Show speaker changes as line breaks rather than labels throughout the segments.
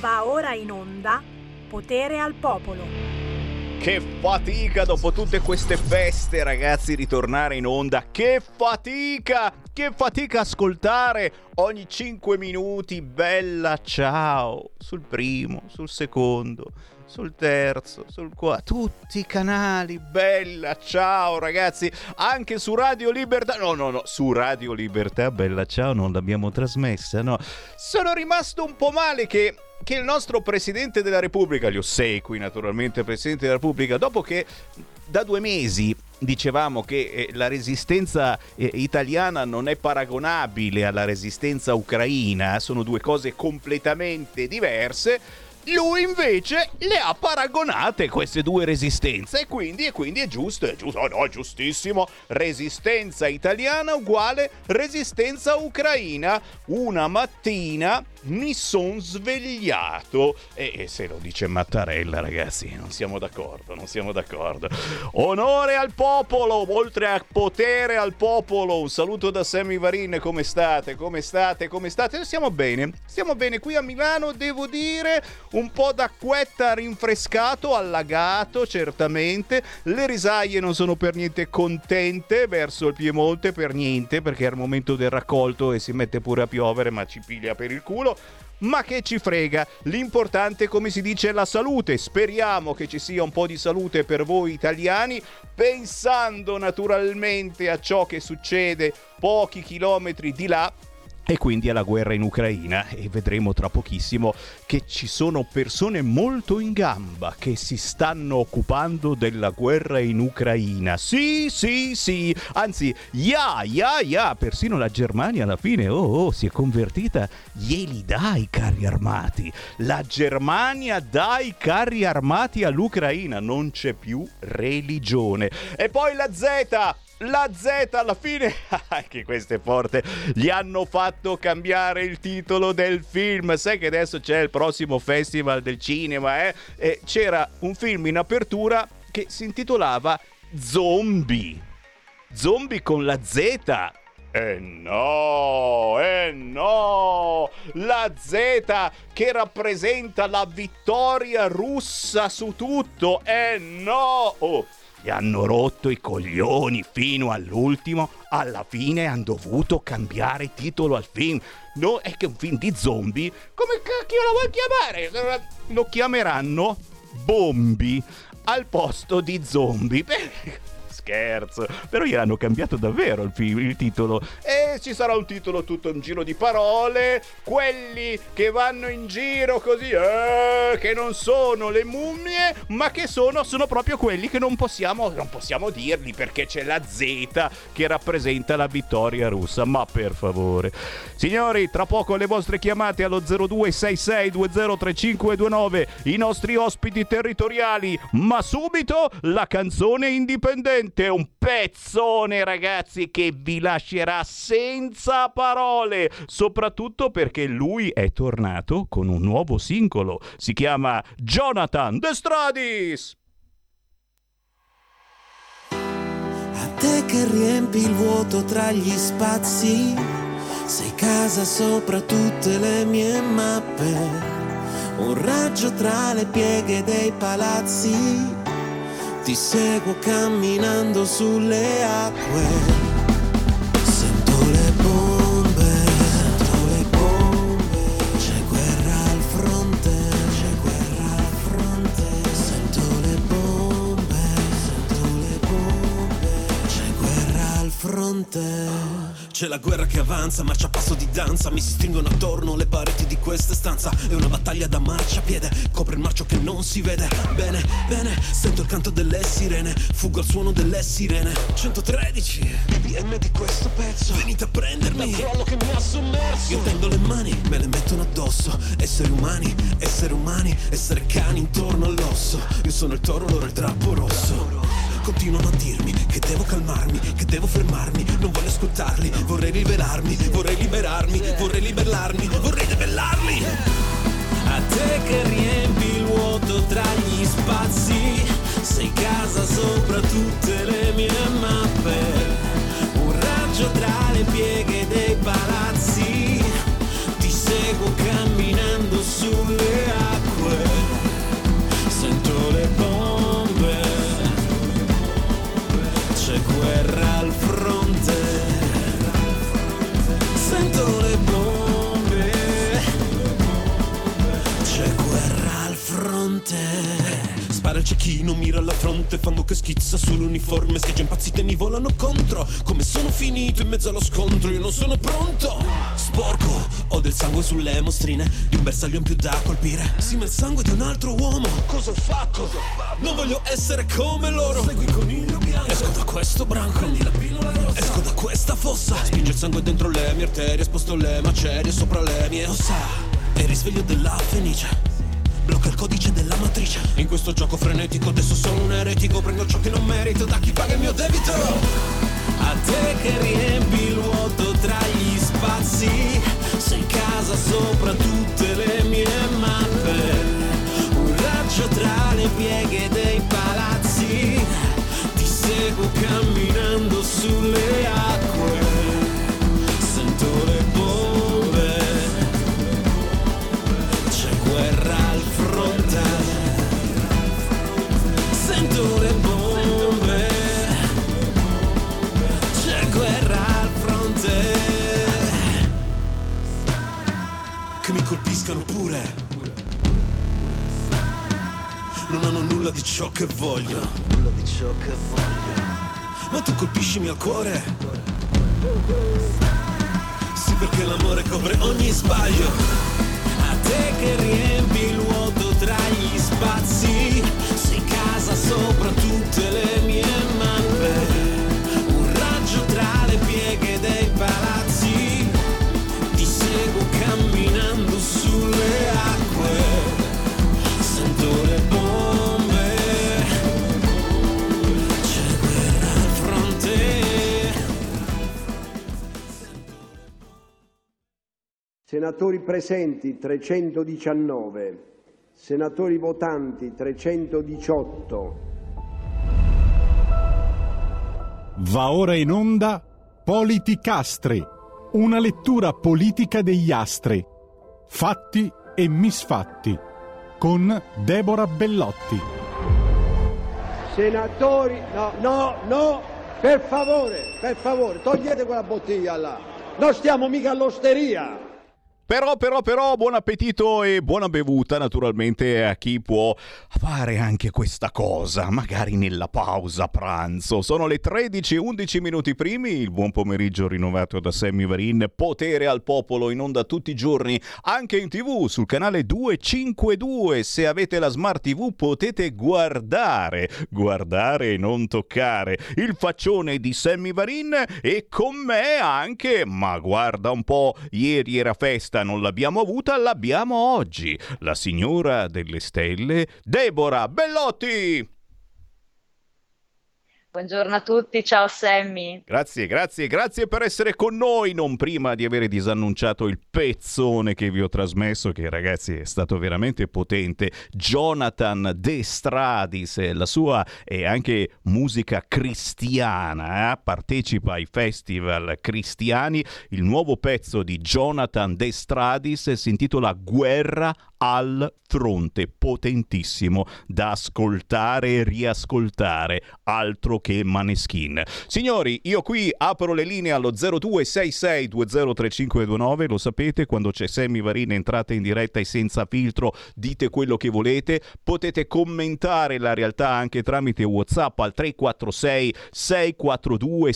Va ora in onda Potere al Popolo.
Che fatica dopo tutte queste feste, ragazzi, ritornare in onda. Che fatica ascoltare ogni 5 minuti Bella Ciao sul primo, sul secondo, sul terzo, sul quarto, tutti i canali Bella Ciao, ragazzi, anche su Radio Libertà. No, su Radio Libertà Bella Ciao non l'abbiamo trasmessa, no. Sono rimasto un po' male che il nostro Presidente della Repubblica, gli ossequi naturalmente Presidente della Repubblica, dopo che da 2 mesi dicevamo che la resistenza italiana non è paragonabile alla resistenza ucraina, sono 2 cose completamente diverse, lui invece le ha paragonate queste 2 resistenze e quindi è giusto, no, è giustissimo. Resistenza italiana uguale resistenza ucraina. Una mattina mi son svegliato e se lo dice Mattarella, ragazzi, non siamo d'accordo. Onore al popolo, oltre a potere al popolo. Un saluto da Sammy Varin. Come state? Stiamo bene qui a Milano, devo dire. Un po' d'acquetta rinfrescato, allagato certamente. Le risaie non sono per niente contente verso il Piemonte, per niente, perché è il momento del raccolto e si mette pure a piovere, ma ci piglia per il culo. Ma che ci frega, l'importante, come si dice, è la salute. Speriamo che ci sia un po' di salute per voi italiani, pensando naturalmente a ciò che succede pochi chilometri di là, e quindi alla guerra in Ucraina. E vedremo tra pochissimo che ci sono persone molto in gamba che si stanno occupando della guerra in Ucraina. Sì, anzi, persino la Germania alla fine si è convertita. Glieli dà i carri armati. La Germania dà i carri armati all'Ucraina, non c'è più religione. E poi la Z alla fine, anche questo è forte, gli hanno fatto cambiare il titolo del film. Sai che adesso c'è il prossimo festival del cinema, e c'era un film in apertura che si intitolava Zombie con la Z. No, la Z che rappresenta la vittoria russa su tutto. Gli hanno rotto i coglioni fino all'ultimo. Alla fine hanno dovuto cambiare titolo al film. No, è che è un film di zombie. Come cacchio lo vuoi chiamare? Lo chiameranno Bombi al posto di zombie. Scherzo, però gli hanno cambiato davvero il titolo, e ci sarà un titolo tutto un giro di parole. Quelli che vanno in giro così, che non sono le mummie, ma che sono proprio quelli che non possiamo dirli, perché c'è la Z che rappresenta la vittoria russa. Ma per favore, signori, tra poco le vostre chiamate allo 0266203529, i nostri ospiti territoriali, ma subito la canzone indipendente. Un pezzone, ragazzi, che vi lascerà senza parole, soprattutto perché lui è tornato con un nuovo singolo. Si chiama Jonathan De Stradis.
A te che riempi il vuoto tra gli spazi, sei casa sopra tutte le mie mappe, un raggio tra le pieghe dei palazzi. Ti seguo camminando sulle acque. Sento le bombe, c'è guerra al fronte, sento le bombe, c'è guerra al fronte. C'è la guerra che avanza, marcia a passo di danza. Mi si stringono attorno le pareti di questa stanza. È una battaglia da marciapiede, copre il marcio che non si vede. Bene, sento il canto delle sirene, fuggo al suono delle sirene. 113, BPM di questo pezzo. Venite a prendermi, dal crollo che mi ha sommerso. Io tendo le mani, me le mettono addosso. Esseri umani, essere cani intorno all'osso. Io sono il toro, loro il drappo rosso. Continuano a dirmi che devo calmarmi, che devo fermarmi, non voglio ascoltarli. Vorrei rivelarmi, vorrei liberarmi, vorrei liberarmi, vorrei debellarli. A te che riempi il vuoto tra gli spazi, sei casa sopra tutte le mie mappe, un raggio tra le pieghe dei palazzi, ti seguo camminando sulle c'è chi non mira alla fronte, fango che schizza sull'uniforme, schegge impazzite mi volano contro. Come sono finito in mezzo allo scontro, io non sono pronto. Sporco, ho del sangue sulle mostrine di un bersaglio in più da colpire. Sì, ma il sangue di un altro uomo. Cosa ho fatto? Non voglio essere come loro. Segui il coniglio bianco. Esco da questo branco, prendi la pillola rossa. Esco da questa fossa, spinge il sangue dentro le mie arterie, sposto le macerie sopra le mie ossa. E risveglio della fenice, blocca il codice della matrice. In questo gioco frenetico adesso sono un eretico, prendo ciò che non merito da chi paga il mio debito. A te che riempi il vuoto tra gli spazi, sei casa sopra tutte le mie mappe. Un raggio tra le pieghe dei palazzi, ti seguo camminando sulle acque. Sento le bombe, c'è guerra al fronte. Sento le bombe, c'è guerra al fronte. Che mi colpiscano pure, non hanno nulla di ciò che voglio. Nulla di ciò che voglio. Ma tu colpiscimi al cuore. Sì, perché l'amore copre ogni sbaglio. A te che riempi il vuoto tra gli spazi, sei casa sopra tutte le mie mappe. Un raggio tra le pieghe dei palazzi, ti seguo camminando sulle acque. Sento le bombe, c'è guerra al fronte.
Senatori presenti 319, senatori votanti 318.
Va ora in onda Politicastri, una lettura politica degli astri, fatti e misfatti, con Deborah Bellotti.
Senatori, no, per favore, togliete quella bottiglia là. Non stiamo mica all'osteria.
Però, buon appetito e buona bevuta naturalmente a chi può fare anche questa cosa, magari nella pausa pranzo. Sono le 13:11 minuti primi, il buon pomeriggio rinnovato da Sammy Varin, Potere al Popolo in onda tutti i giorni, anche in TV sul canale 252. Se avete la Smart TV potete guardare e non toccare il faccione di Sammy Varin, e con me anche, ma guarda un po', ieri era festa, non l'abbiamo avuta, l'abbiamo oggi, la signora delle stelle, Deborah Bellotti.
Buongiorno a tutti, ciao Sammy.
Grazie per essere con noi, non prima di avere disannunciato il pezzone che vi ho trasmesso, che ragazzi è stato veramente potente. Jonathan De Stradis, la sua è anche musica cristiana, partecipa ai festival cristiani. Il nuovo pezzo di Jonathan De Stradis si intitola Guerra al fronte, potentissimo da ascoltare e riascoltare, altro che Maneskin. Signori, io qui apro le linee allo 0266203529, lo sapete, quando c'è Sammy Varin entrate in diretta e senza filtro dite quello che volete, potete commentare la realtà anche tramite WhatsApp al 346 642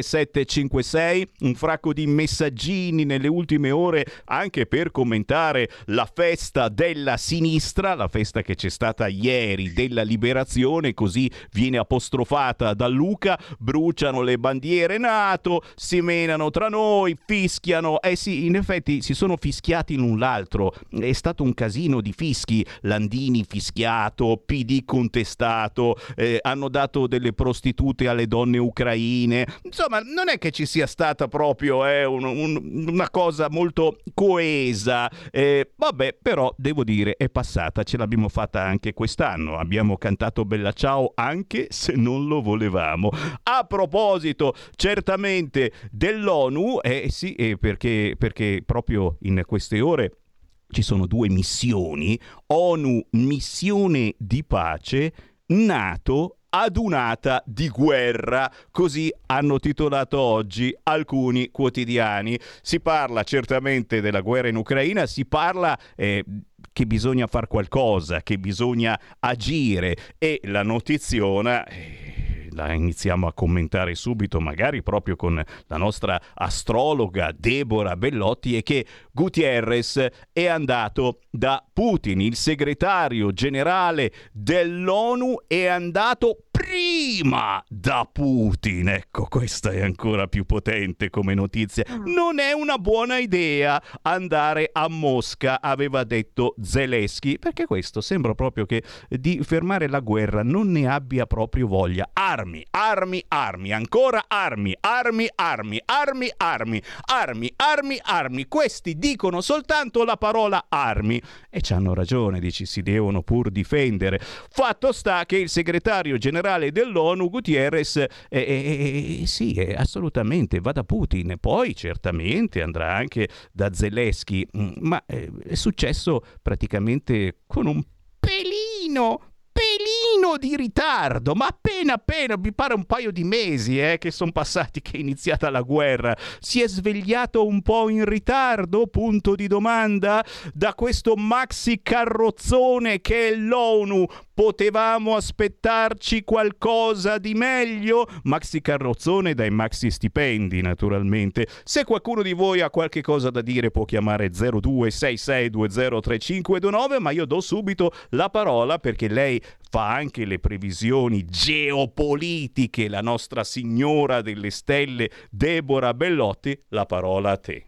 7756, un fracco di messaggini nelle ultime ore anche per commentare la festa della sinistra, la festa che c'è stata ieri della liberazione, così viene apostrofata da Luca. Bruciano le bandiere NATO, si menano tra noi, fischiano. Sì, in effetti si sono fischiati l'un l'altro, è stato un casino di fischi. Landini fischiato, PD contestato, hanno dato delle prostitute alle donne ucraine. Insomma, non è che ci sia stata proprio una cosa molto coesa. Vabbè, però devo dire è passata, ce l'abbiamo fatta anche quest'anno, abbiamo cantato Bella Ciao anche se non lo volevamo. A proposito certamente dell'ONU, sì, perché proprio in queste ore ci sono due missioni: ONU missione di pace, NATO adunata di guerra, così hanno titolato oggi alcuni quotidiani. Si parla certamente della guerra in Ucraina, si parla che bisogna far qualcosa, che bisogna agire, e la notiziona la iniziamo a commentare subito, magari proprio con la nostra astrologa Deborah Bellotti, è che Guterres è andato da Putin, il segretario generale dell'ONU è andato prima da Putin. Ecco, questa è ancora più potente come notizia. Non è una buona idea andare a Mosca, aveva detto Zelensky, perché questo sembra proprio che di fermare la guerra non ne abbia proprio voglia. Armi, armi, armi, ancora armi, armi, armi, armi, armi, armi, armi, armi. Questi dicono soltanto la parola armi e c'hanno ragione, dici, si devono pur difendere. Fatto sta che il segretario generale dell'ONU Guterres sì, assolutamente va da Putin, poi certamente andrà anche da Zelensky, ma è successo praticamente con un pelino di ritardo, ma appena mi pare un paio di mesi che sono passati che è iniziata la guerra. Si è svegliato un po' in ritardo, punto di domanda, da questo maxi carrozzone che è l'ONU. Potevamo aspettarci qualcosa di meglio? Maxi carrozzone dai maxi stipendi, naturalmente. Se qualcuno di voi ha qualche cosa da dire può chiamare 0266203529, ma io do subito la parola perché lei fa anche le previsioni geopolitiche, la nostra signora delle stelle Deborah Bellotti. La parola a te.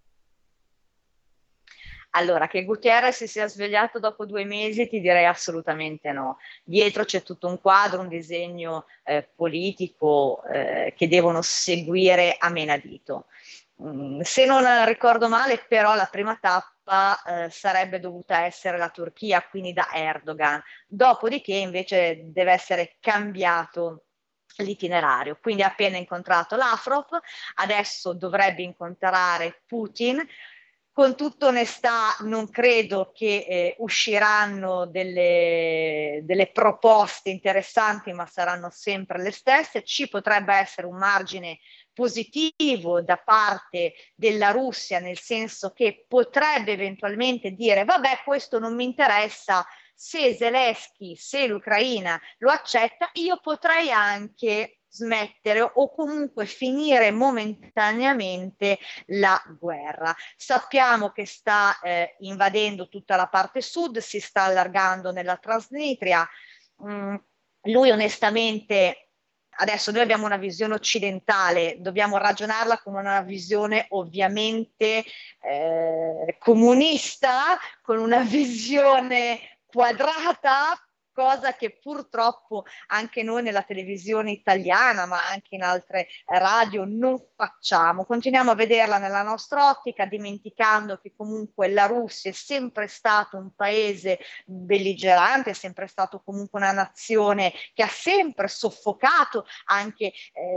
Allora, che Guterres si sia svegliato dopo 2 mesi ti direi assolutamente no. Dietro c'è tutto un quadro, un disegno politico che devono seguire a menadito. Se non ricordo male, però, la prima tappa sarebbe dovuta essere la Turchia, quindi da Erdogan. Dopodiché invece deve essere cambiato l'itinerario. Quindi ha appena incontrato Lavrov, adesso dovrebbe incontrare Putin. Con tutta onestà non credo che usciranno delle proposte interessanti, ma saranno sempre le stesse. Ci potrebbe essere un margine positivo da parte della Russia, nel senso che potrebbe eventualmente dire vabbè, questo non mi interessa, se Zelensky, se l'Ucraina lo accetta, io potrei anche smettere o comunque finire momentaneamente la guerra. Sappiamo che sta invadendo tutta la parte sud, si sta allargando nella Transnistria. Lui onestamente, adesso noi abbiamo una visione occidentale, dobbiamo ragionarla con una visione ovviamente comunista, con una visione quadrata, cosa che purtroppo anche noi nella televisione italiana, ma anche in altre radio, non facciamo. Continuiamo a vederla nella nostra ottica, dimenticando che comunque la Russia è sempre stato un paese belligerante, è sempre stato comunque una nazione che ha sempre soffocato anche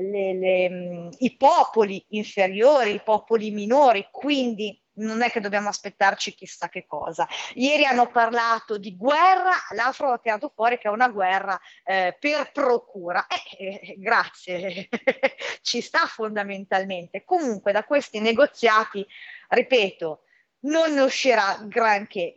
i popoli inferiori, i popoli minori, quindi non è che dobbiamo aspettarci chissà che cosa. Ieri hanno parlato di guerra, l'Afro ha tirato fuori che è una guerra per procura. Grazie, ci sta fondamentalmente. Comunque da questi negoziati, ripeto, non ne uscirà granché.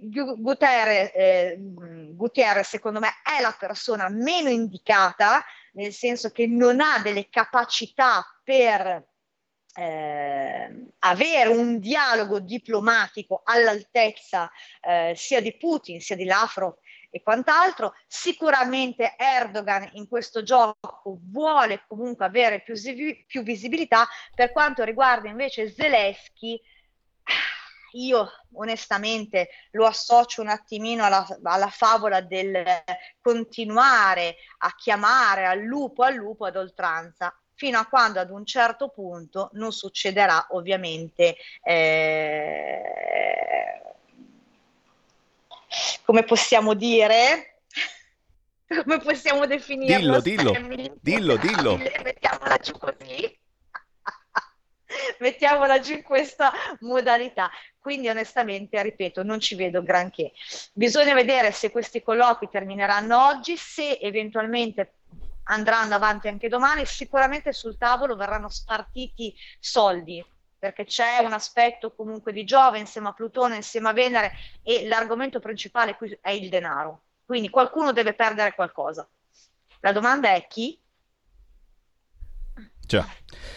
Guterres secondo me è la persona meno indicata, nel senso che non ha delle capacità per avere un dialogo diplomatico all'altezza sia di Putin sia di Lavrov e quant'altro. Sicuramente Erdogan in questo gioco vuole comunque avere più visibilità. Per quanto riguarda invece Zelensky, io onestamente lo associo un attimino alla favola del continuare a chiamare al lupo ad oltranza, fino a quando ad un certo punto non succederà ovviamente, come possiamo dire, come possiamo definirlo?
Dillo.
Mettiamola giù così. Mettiamola giù in questa modalità. Quindi onestamente, ripeto, non ci vedo granché. Bisogna vedere se questi colloqui termineranno oggi, se eventualmente andranno avanti anche domani. Sicuramente sul tavolo verranno spartiti soldi, perché c'è un aspetto comunque di Giove insieme a Plutone, insieme a Venere, e l'argomento principale qui è il denaro. Quindi qualcuno deve perdere qualcosa. La domanda è chi?
Già.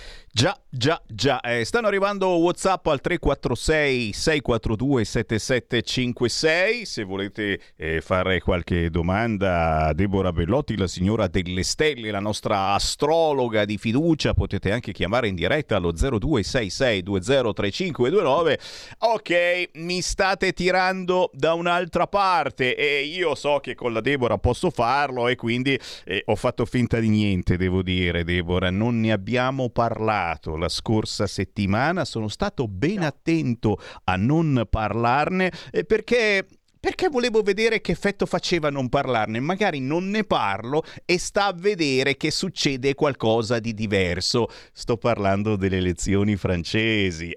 Stanno arrivando WhatsApp al 346 642 7756. Se volete fare qualche domanda a Deborah Bellotti, la signora delle stelle, la nostra astrologa di fiducia, potete anche chiamare in diretta allo 0266203529. Ok, mi state tirando da un'altra parte e io so che con la Deborah posso farlo, e quindi ho fatto finta di niente, devo dire, Deborah. Non ne abbiamo parlato la scorsa settimana, sono stato ben attento a non parlarne perché volevo vedere che effetto faceva non parlarne. Magari non ne parlo e sta a vedere che succede qualcosa di diverso. Sto parlando delle elezioni francesi.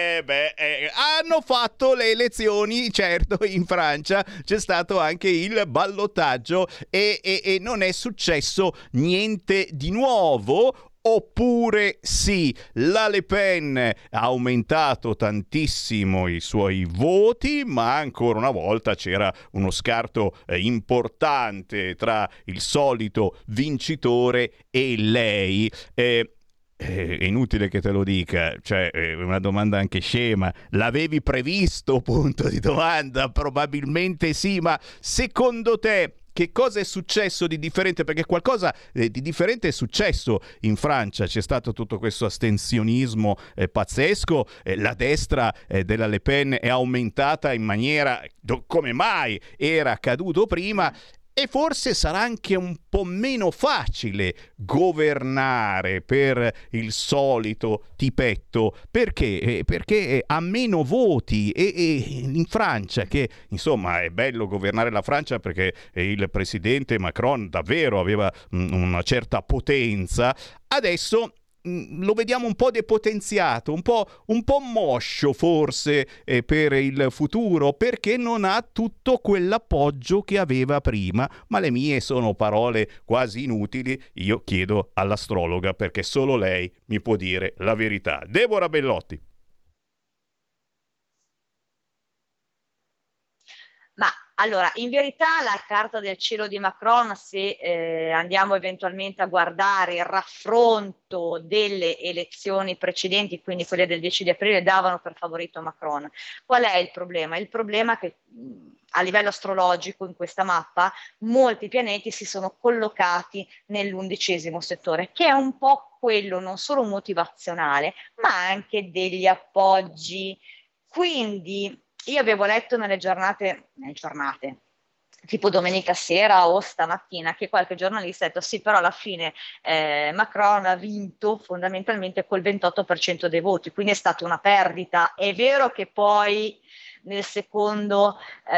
Hanno fatto le elezioni, certo, in Francia c'è stato anche il ballottaggio e non è successo niente di nuovo. Oppure sì, la Le Pen ha aumentato tantissimo i suoi voti, ma ancora una volta c'era uno scarto importante tra il solito vincitore e lei. È inutile che te lo dica, cioè una domanda anche scema. L'avevi previsto? Punto di domanda. Probabilmente sì, ma secondo te che cosa è successo di differente? Perché qualcosa di differente è successo in Francia. C'è stato tutto questo astensionismo pazzesco, la destra della Le Pen è aumentata in maniera come mai era accaduto prima. E forse sarà anche un po' meno facile governare per il solito tipetto. Perché? Perché ha meno voti e in Francia, che insomma è bello governare la Francia perché il presidente Macron davvero aveva una certa potenza, adesso lo vediamo un po' depotenziato, un po' moscio forse per il futuro, perché non ha tutto quell'appoggio che aveva prima. Ma le mie sono parole quasi inutili. Io chiedo all'astrologa, perché solo lei mi può dire la verità. Deborah Bellotti.
Ma allora, in verità la carta del cielo di Macron, se andiamo eventualmente a guardare il raffronto delle elezioni precedenti, quindi quelle del 10 di aprile, davano per favorito Macron. Qual è il problema? Il problema è che a livello astrologico in questa mappa molti pianeti si sono collocati nell'11° settore, che è un po' quello non solo motivazionale, ma anche degli appoggi. Quindi io avevo letto nelle giornate, tipo domenica sera o stamattina, che qualche giornalista ha detto sì, però alla fine Macron ha vinto fondamentalmente col 28% dei voti, quindi è stata una perdita. È vero che poi nella seconda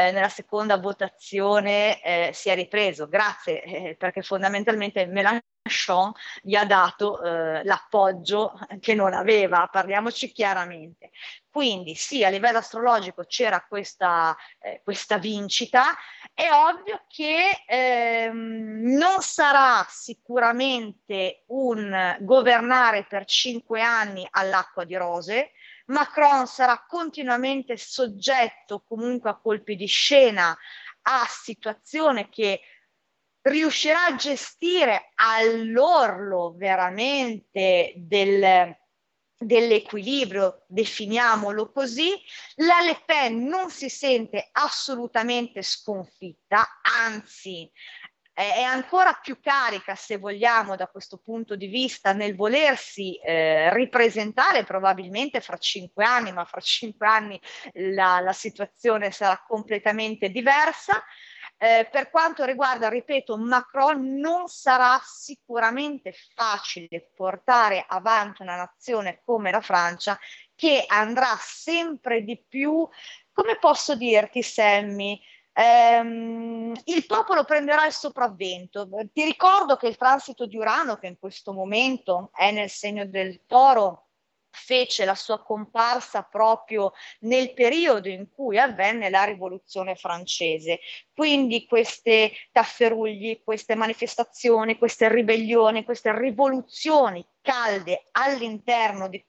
votazione si è ripreso, grazie, perché fondamentalmente Mélenchon gli ha dato l'appoggio che non aveva, parliamoci chiaramente. Quindi sì, a livello astrologico c'era questa vincita. È ovvio che non sarà sicuramente un governare per 5 anni all'acqua di rose. Macron sarà continuamente soggetto comunque a colpi di scena, a situazioni che riuscirà a gestire all'orlo veramente dell'equilibrio, definiamolo così. La Le Pen non si sente assolutamente sconfitta, anzi è ancora più carica, se vogliamo, da questo punto di vista, nel volersi ripresentare probabilmente fra 5 anni, ma fra 5 anni la situazione sarà completamente diversa. Per quanto riguarda, ripeto, Macron, non sarà sicuramente facile portare avanti una nazione come la Francia, che andrà sempre di più, come posso dirti, Sammy, il popolo prenderà il sopravvento. Ti ricordo che il transito di Urano, che in questo momento è nel segno del Toro, fece la sua comparsa proprio nel periodo in cui avvenne la rivoluzione francese. Quindi queste tafferugli, queste manifestazioni, queste ribellioni, queste rivoluzioni calde all'interno di questo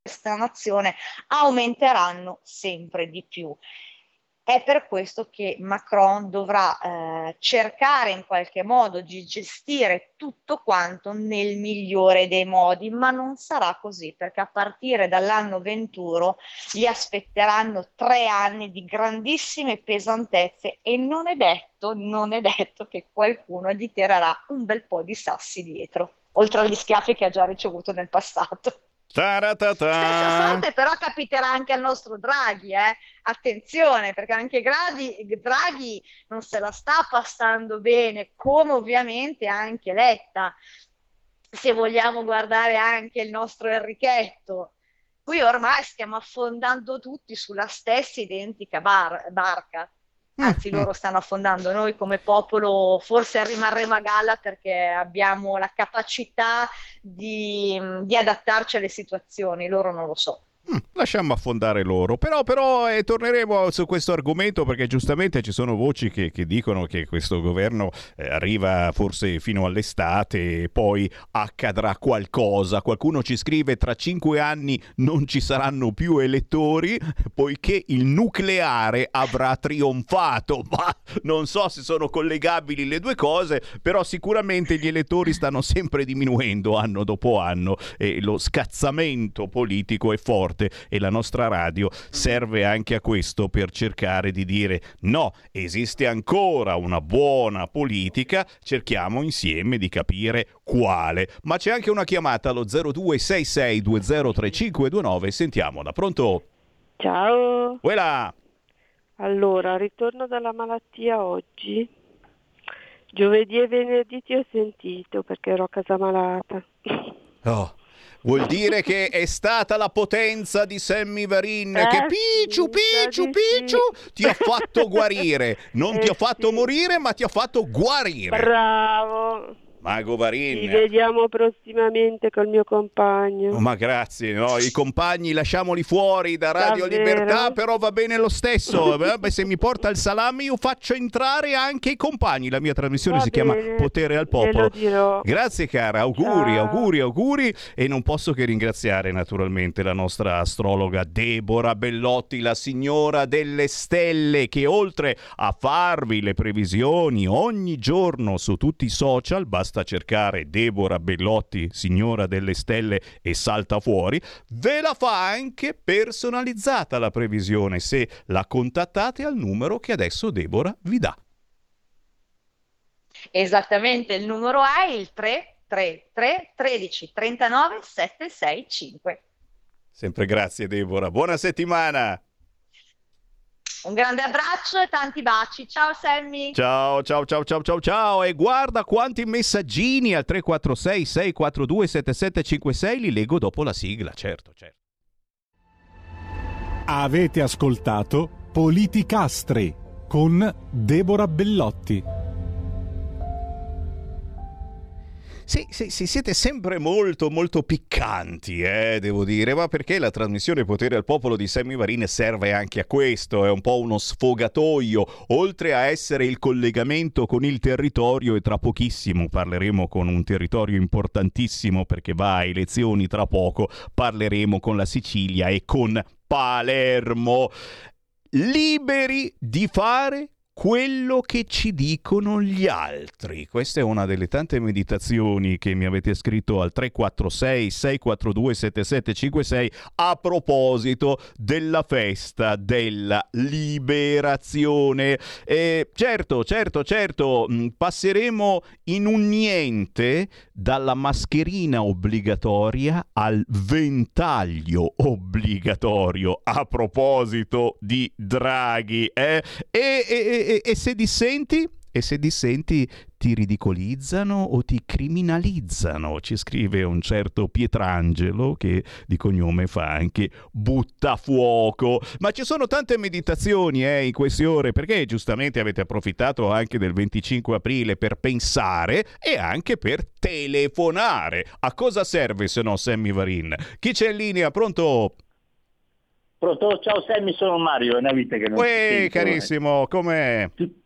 questa nazione aumenteranno sempre di più. È per questo che Macron dovrà cercare in qualche modo di gestire tutto quanto nel migliore dei modi, ma non sarà così, perché a partire dall'anno 21 gli aspetteranno 3 anni di grandissime pesantezze e non è detto che qualcuno gli tirerà un bel po' di sassi dietro, oltre agli schiaffi che ha già ricevuto nel passato. Stessa sorte però capiterà anche al nostro Draghi, attenzione, perché anche Draghi non se la sta passando bene, come ovviamente anche Letta. Se vogliamo guardare anche il nostro Enrichetto, qui ormai stiamo affondando tutti sulla stessa identica barca. Anzi, loro stanno affondando, noi come popolo forse rimarremo a galla perché abbiamo la capacità di adattarci alle situazioni, loro non lo so.
Lasciamo affondare loro, però torneremo su questo argomento, perché giustamente ci sono voci che dicono che questo governo arriva forse fino all'estate e poi accadrà qualcosa. Qualcuno ci scrive: tra 5 anni non ci saranno più elettori poiché il nucleare avrà trionfato. Ma non so se sono collegabili le due cose, però sicuramente gli elettori stanno sempre diminuendo anno dopo anno e lo scazzamento politico è forte, e la nostra radio serve anche a questo, per cercare di dire no, esiste ancora una buona politica, cerchiamo insieme di capire quale. Ma c'è anche una chiamata allo 0266203529, sentiamola. Pronto?
Ciao.
Uela.
Allora, ritorno dalla malattia oggi. Giovedì e venerdì ti ho sentito perché ero a casa malata.
Oh, vuol dire che è stata la potenza di Sammy Varin che Picciu ti ha fatto guarire. Non ti ha fatto morire, ma ti ha fatto guarire.
Bravo.
Mago Varin.
Ci vediamo prossimamente col mio compagno.
Ma grazie, no, i compagni lasciamoli fuori da Radio
Davvero?
Libertà, però va bene lo stesso. Beh, se mi porta il salame io faccio entrare anche i compagni. La mia trasmissione
Va
si
bene,
chiama Potere al Popolo.
glielo dirò.
Grazie cara, auguri,
Ciao.
auguri, e non posso che ringraziare naturalmente la nostra astrologa Deborah Bellotti, la signora delle stelle, che oltre a farvi le previsioni ogni giorno su tutti i social, basta cercare Deborah Bellotti, signora delle stelle, e salta fuori, ve la fa anche personalizzata la previsione se la contattate al numero che adesso Deborah vi dà.
Esattamente, il numero è il 333 13 39 765.
Sempre grazie Deborah, buona settimana!
Un grande abbraccio e tanti baci. Ciao Sammy.
Ciao. E guarda quanti messaggini al 346 642 7756, li leggo dopo la sigla, certo.
Avete ascoltato Politicastre con Deborah Bellotti.
Sì, siete sempre molto piccanti, devo dire, ma perché la trasmissione Potere al Popolo di Sammy Varin serve anche a questo, è un po' uno sfogatoio, oltre a essere il collegamento con il territorio, e tra pochissimo parleremo con un territorio importantissimo perché va a elezioni tra poco, parleremo con la Sicilia e con Palermo. Liberi di fare quello che ci dicono gli altri. Questa è una delle tante meditazioni che mi avete scritto al 346 642 7756 a proposito della festa della liberazione. Certo, passeremo in un niente dalla mascherina obbligatoria al ventaglio obbligatorio, a proposito di Draghi, E se dissenti? E se dissenti ti ridicolizzano o ti criminalizzano? Ci scrive un certo Pietrangelo, che di cognome fa anche Buttafuoco. Ma ci sono tante meditazioni in queste ore, perché giustamente avete approfittato anche del 25 aprile per pensare e anche per telefonare. A cosa serve se no, Sammy Varin? Chi c'è in linea? Pronto?
Pronto, ciao Sammy, sono Mario, è una vita che non ti sento.
Carissimo, com'è?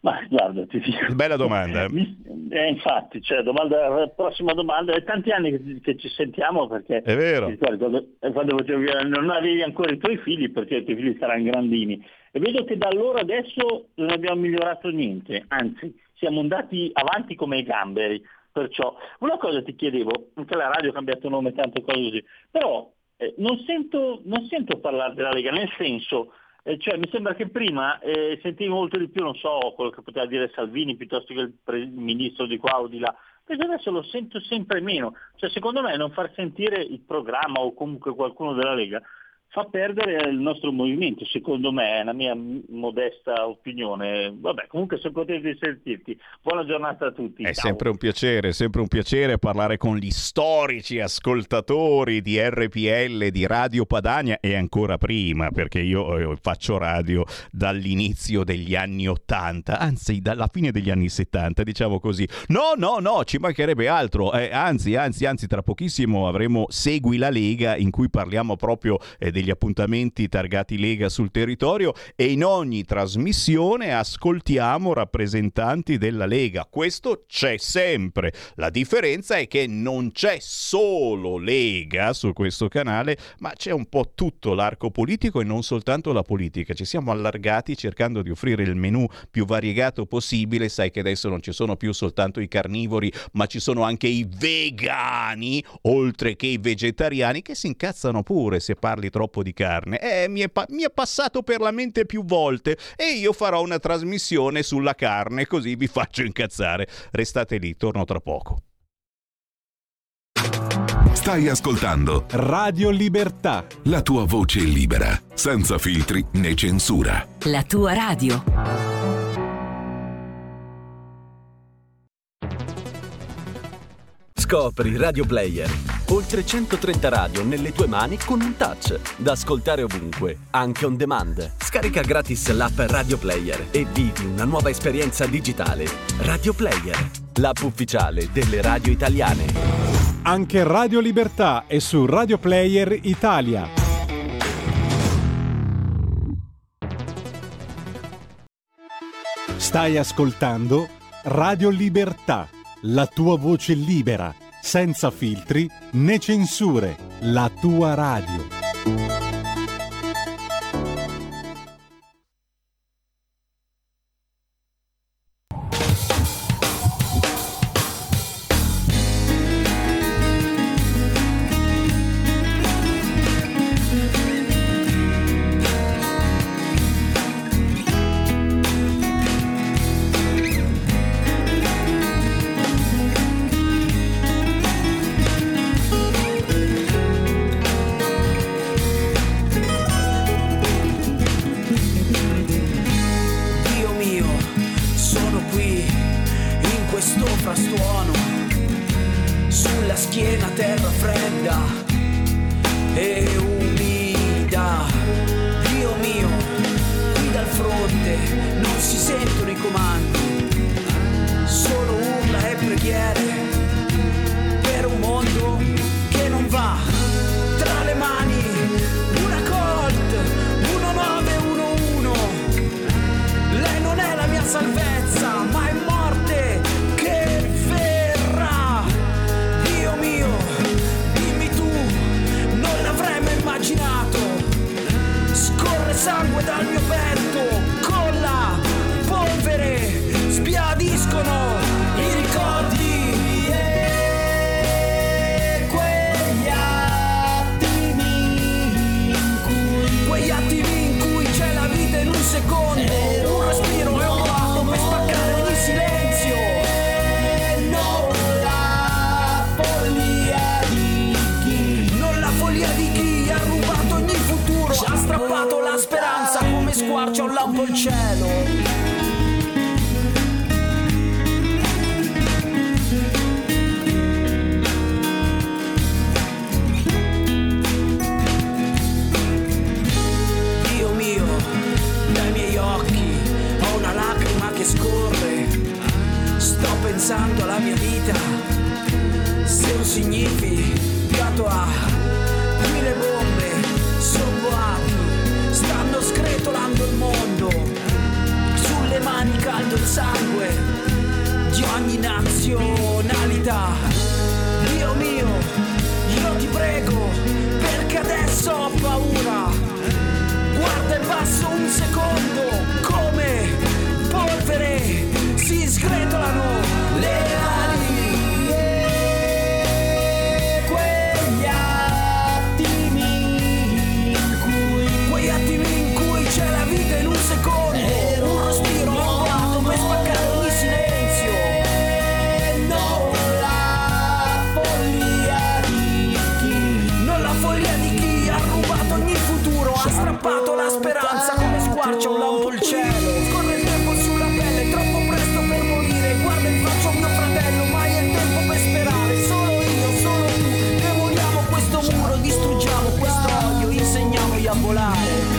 Ma guarda, ti dico.
Bella domanda.
Infatti, cioè, prossima domanda, è tanti anni che ci sentiamo, perché
è vero.
Quando non avevi ancora i tuoi figli, perché i tuoi figli saranno grandini, e vedo che da allora adesso non abbiamo migliorato niente, anzi siamo andati avanti come i gamberi. Perciò una cosa ti chiedevo, anche la radio ha cambiato nome, tante cose così, però non sento parlare della Lega, nel senso, cioè mi sembra che prima sentivo molto di più, non so, quello che poteva dire Salvini piuttosto che il ministro di qua o di là, perché adesso lo sento sempre meno. Cioè, secondo me non far sentire il programma o comunque qualcuno della Lega fa perdere il nostro movimento, secondo me, è la mia modesta opinione. Vabbè, comunque se potete sentirti, buona giornata a tutti.
È
ciao.
sempre un piacere parlare con gli storici ascoltatori di RPL, di Radio Padania, e ancora prima, perché io faccio radio dall'inizio degli anni 80, anzi dalla fine degli anni 70, diciamo così. No, ci mancherebbe altro, anzi, tra pochissimo avremo Segui la Lega, in cui parliamo proprio degli appuntamenti targati Lega sul territorio, e in ogni trasmissione ascoltiamo rappresentanti della Lega. Questo c'è sempre. La differenza è che non c'è solo Lega su questo canale, ma c'è un po' tutto l'arco politico e non soltanto la politica. Ci siamo allargati cercando di offrire il menù più variegato possibile. Sai che adesso non ci sono più soltanto i carnivori, ma ci sono anche i vegani, oltre che i vegetariani, che si incazzano pure se parli troppo di carne. Mi è passato per la mente più volte, e io farò una trasmissione sulla carne, così vi faccio incazzare. Restate lì, torno tra poco.
Stai ascoltando
Radio Libertà,
la tua voce libera, senza filtri né censura.
La tua radio.
Scopri Radio Player. Oltre 130 radio nelle tue mani con un touch. Da ascoltare ovunque, anche on demand. Scarica gratis l'app Radio Player e vivi una nuova esperienza digitale. Radio Player, l'app ufficiale delle radio italiane.
Anche Radio Libertà è su Radio Player Italia. Stai ascoltando Radio Libertà, la tua voce libera, senza filtri né censure, la tua radio.
Squarcia un lampo al cielo. Dio mio, dai miei occhi ho una lacrima che scorre. Sto pensando alla mia vita, se un significato ha. Qui le bombe son boate, stanno scretolando il mondo. Sulle mani caldo il sangue di ogni nazionalità. Dio mio, io ti prego, perché adesso ho paura. Guarda in basso un secondo, come polvere si sgretolano le ali. Quegli attimi in cui c'è la vita in un secondo, un respiro rubato per spaccare ogni silenzio. Non la follia di chi ha rubato ogni futuro, ha strappato la speranza come squarcia un lampo il cielo. Scorre il tempo sulla pelle, troppo presto per morire. Guarda in faccia a mio fratello, mai è tempo per sperare. Solo io, solo tu, demoliamo questo muro, distruggiamo questo odio, insegniamogli a volare.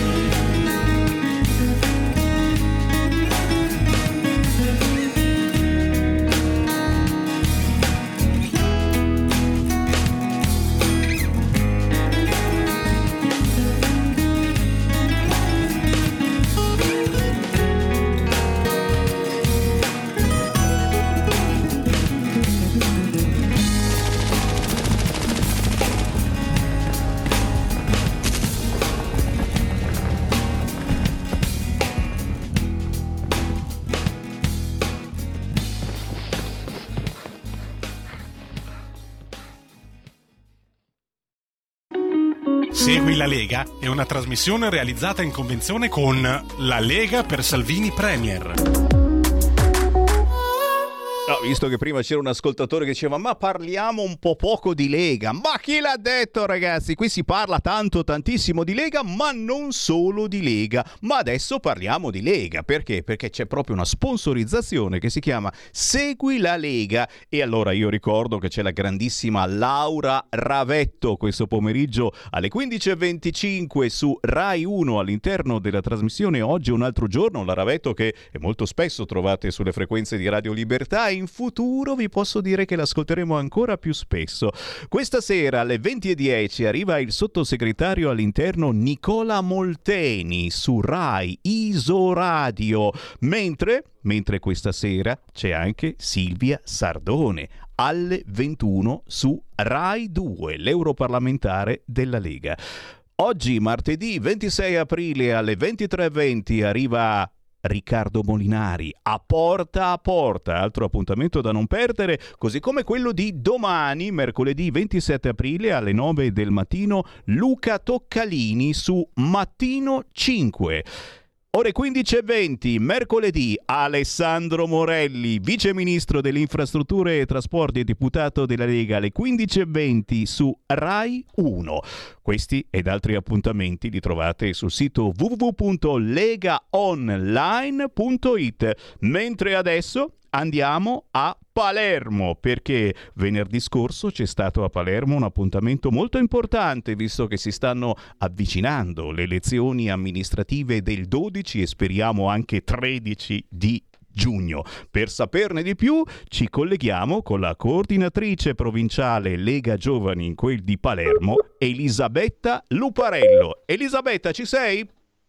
Segui la Lega è una trasmissione realizzata in convenzione con La Lega per Salvini Premier.
No, visto che prima c'era un ascoltatore che diceva ma parliamo un po' poco di Lega, ma chi l'ha detto, ragazzi? Qui si parla tantissimo di Lega, ma non solo di Lega, ma adesso parliamo di Lega. Perché? Perché c'è proprio una sponsorizzazione che si chiama Segui la Lega, e allora io ricordo che c'è la grandissima Laura Ravetto questo pomeriggio alle 15.25 su Rai 1 all'interno della trasmissione Oggi è un altro giorno. La Ravetto che molto spesso trovate sulle frequenze di Radio Libertà, in futuro vi posso dire che l'ascolteremo ancora più spesso. Questa sera alle 20.10 arriva il sottosegretario all'interno Nicola Molteni su Rai Isoradio, mentre questa sera c'è anche Silvia Sardone alle 21 su Rai 2, l'europarlamentare della Lega. Oggi martedì 26 aprile alle 23.20 arriva Riccardo Molinari a Porta, altro appuntamento da non perdere, così come quello di domani, mercoledì 27 aprile alle 9 del mattino, Luca Toccalini su Mattino 5. Ore 15.20, mercoledì, Alessandro Morelli, viceministro delle infrastrutture e trasporti e deputato della Lega, alle 15.20 su Rai 1. Questi ed altri appuntamenti li trovate sul sito www.legaonline.it. Mentre adesso andiamo a Palermo, perché venerdì scorso c'è stato a Palermo un appuntamento molto importante, visto che si stanno avvicinando le elezioni amministrative del 12 e speriamo anche 13 di giugno. Per saperne di più ci colleghiamo con la coordinatrice provinciale Lega Giovani in quel di Palermo, Elisabetta Luparello. Elisabetta, ci sei?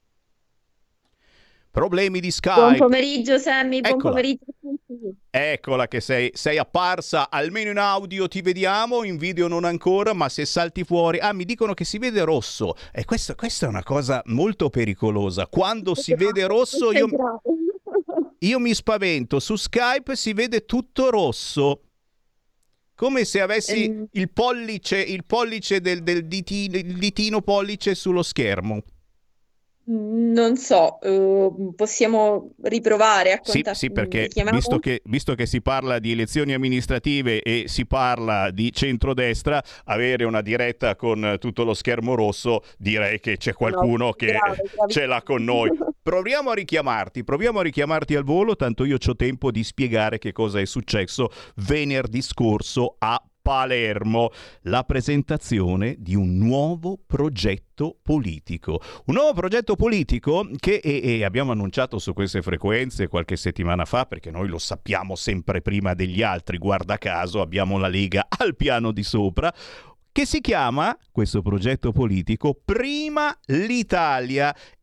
Problemi di Skype.
Buon pomeriggio Sammy, buon
Eccola.
pomeriggio a tutti.
Eccola che sei apparsa, almeno in audio ti vediamo, in video non ancora, ma se salti fuori... Ah, mi dicono che si vede rosso, e questa è una cosa molto pericolosa. Quando si vede rosso io mi spavento, su Skype si vede tutto rosso. Come se avessi il pollice del ditino, il ditino pollice sullo schermo.
Non so, possiamo riprovare a
Sì, perché visto che si parla di elezioni amministrative e si parla di centrodestra, avere una diretta con tutto lo schermo rosso, direi che c'è qualcuno che ce l'ha con noi. Proviamo a richiamarti al volo, tanto io c'ho tempo di spiegare che cosa è successo venerdì scorso a Palermo, la presentazione di un nuovo progetto politico. Un nuovo progetto politico che abbiamo annunciato su queste frequenze qualche settimana fa, perché noi lo sappiamo sempre prima degli altri, guarda caso abbiamo la Lega al piano di sopra, che si chiama, questo progetto politico, Prima l'Italia,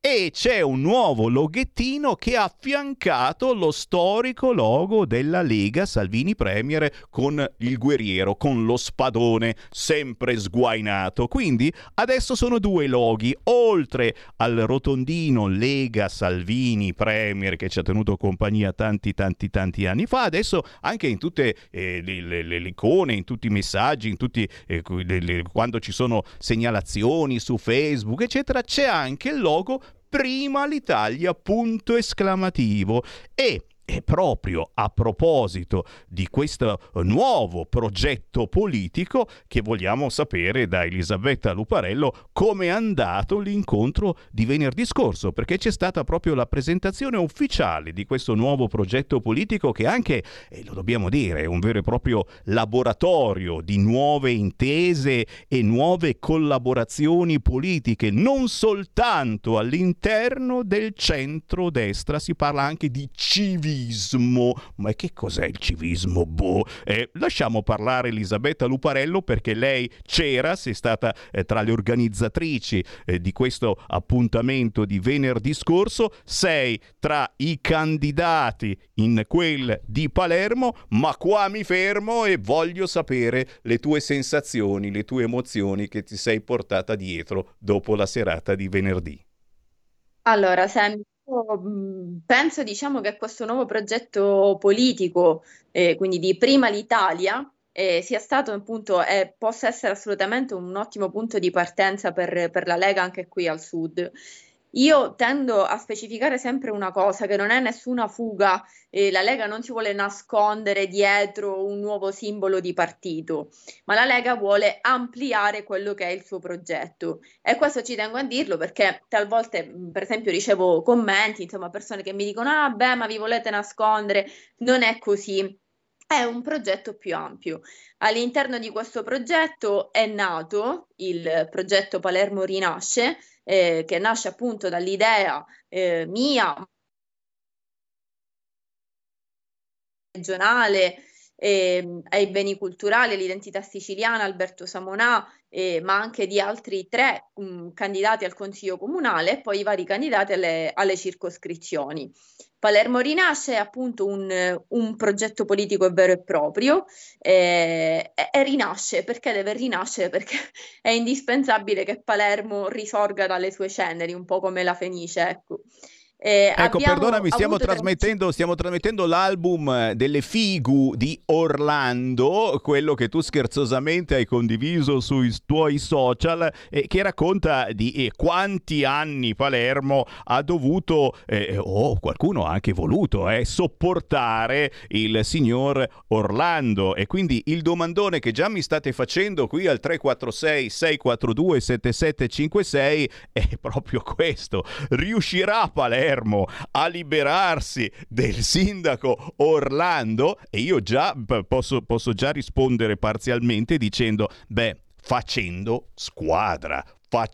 e c'è un nuovo loghettino che ha affiancato lo storico logo della Lega Salvini Premier con il guerriero, con lo spadone sempre sguainato. Quindi adesso sono due loghi, oltre al rotondino Lega Salvini Premier che ci ha tenuto compagnia tanti anni fa, adesso anche in tutte le icone, in tutti i messaggi, in tutti quando ci sono segnalazioni su Facebook eccetera, c'è anche il logo Prima l'Italia, punto esclamativo. E proprio a proposito di questo nuovo progetto politico che vogliamo sapere da Elisabetta Luparello come è andato l'incontro di venerdì scorso, perché c'è stata proprio la presentazione ufficiale di questo nuovo progetto politico che anche, lo dobbiamo dire, è un vero e proprio laboratorio di nuove intese e nuove collaborazioni politiche, non soltanto all'interno del centro-destra, si parla anche di civismo. Ma che cos'è il civismo? Lasciamo parlare Elisabetta Luparello perché lei c'era, sei stata tra le organizzatrici di questo appuntamento di venerdì scorso, sei tra i candidati in quel di Palermo, ma qua mi fermo e voglio sapere le tue sensazioni, le tue emozioni che ti sei portata dietro dopo la serata di venerdì.
Allora, Sammy, penso, diciamo, che questo nuovo progetto politico, quindi di Prima l'Italia, sia stato appunto e possa essere assolutamente un ottimo punto di partenza per la Lega anche qui al Sud. Io tendo a specificare sempre una cosa, che non è nessuna fuga, la Lega non si vuole nascondere dietro un nuovo simbolo di partito, ma la Lega vuole ampliare quello che è il suo progetto, e questo ci tengo a dirlo perché talvolta, per esempio, ricevo commenti, insomma, persone che mi dicono ma vi volete nascondere, non è così. È un progetto più ampio. All'interno di questo progetto è nato il progetto Palermo Rinasce, che nasce appunto dall'idea mia regionale ai beni culturali, all'identità siciliana, Alberto Samonà, ma anche di altri 3 candidati al Consiglio Comunale e poi i vari candidati alle circoscrizioni. Palermo Rinasce è appunto un progetto politico vero e proprio, e rinasce. Perché deve rinascere? Perché è indispensabile che Palermo risorga dalle sue ceneri, un po' come la Fenice, ecco.
Ecco, perdonami, stiamo trasmettendo l'album delle Figu di Orlando, quello che tu scherzosamente hai condiviso sui tuoi social, che racconta di quanti anni Palermo ha dovuto, o qualcuno ha anche voluto, sopportare il signor Orlando. E quindi il domandone che già mi state facendo qui al 346 642 7756 è proprio questo: riuscirà Palermo a liberarsi del sindaco Orlando? E io già posso già rispondere parzialmente dicendo facendo squadra.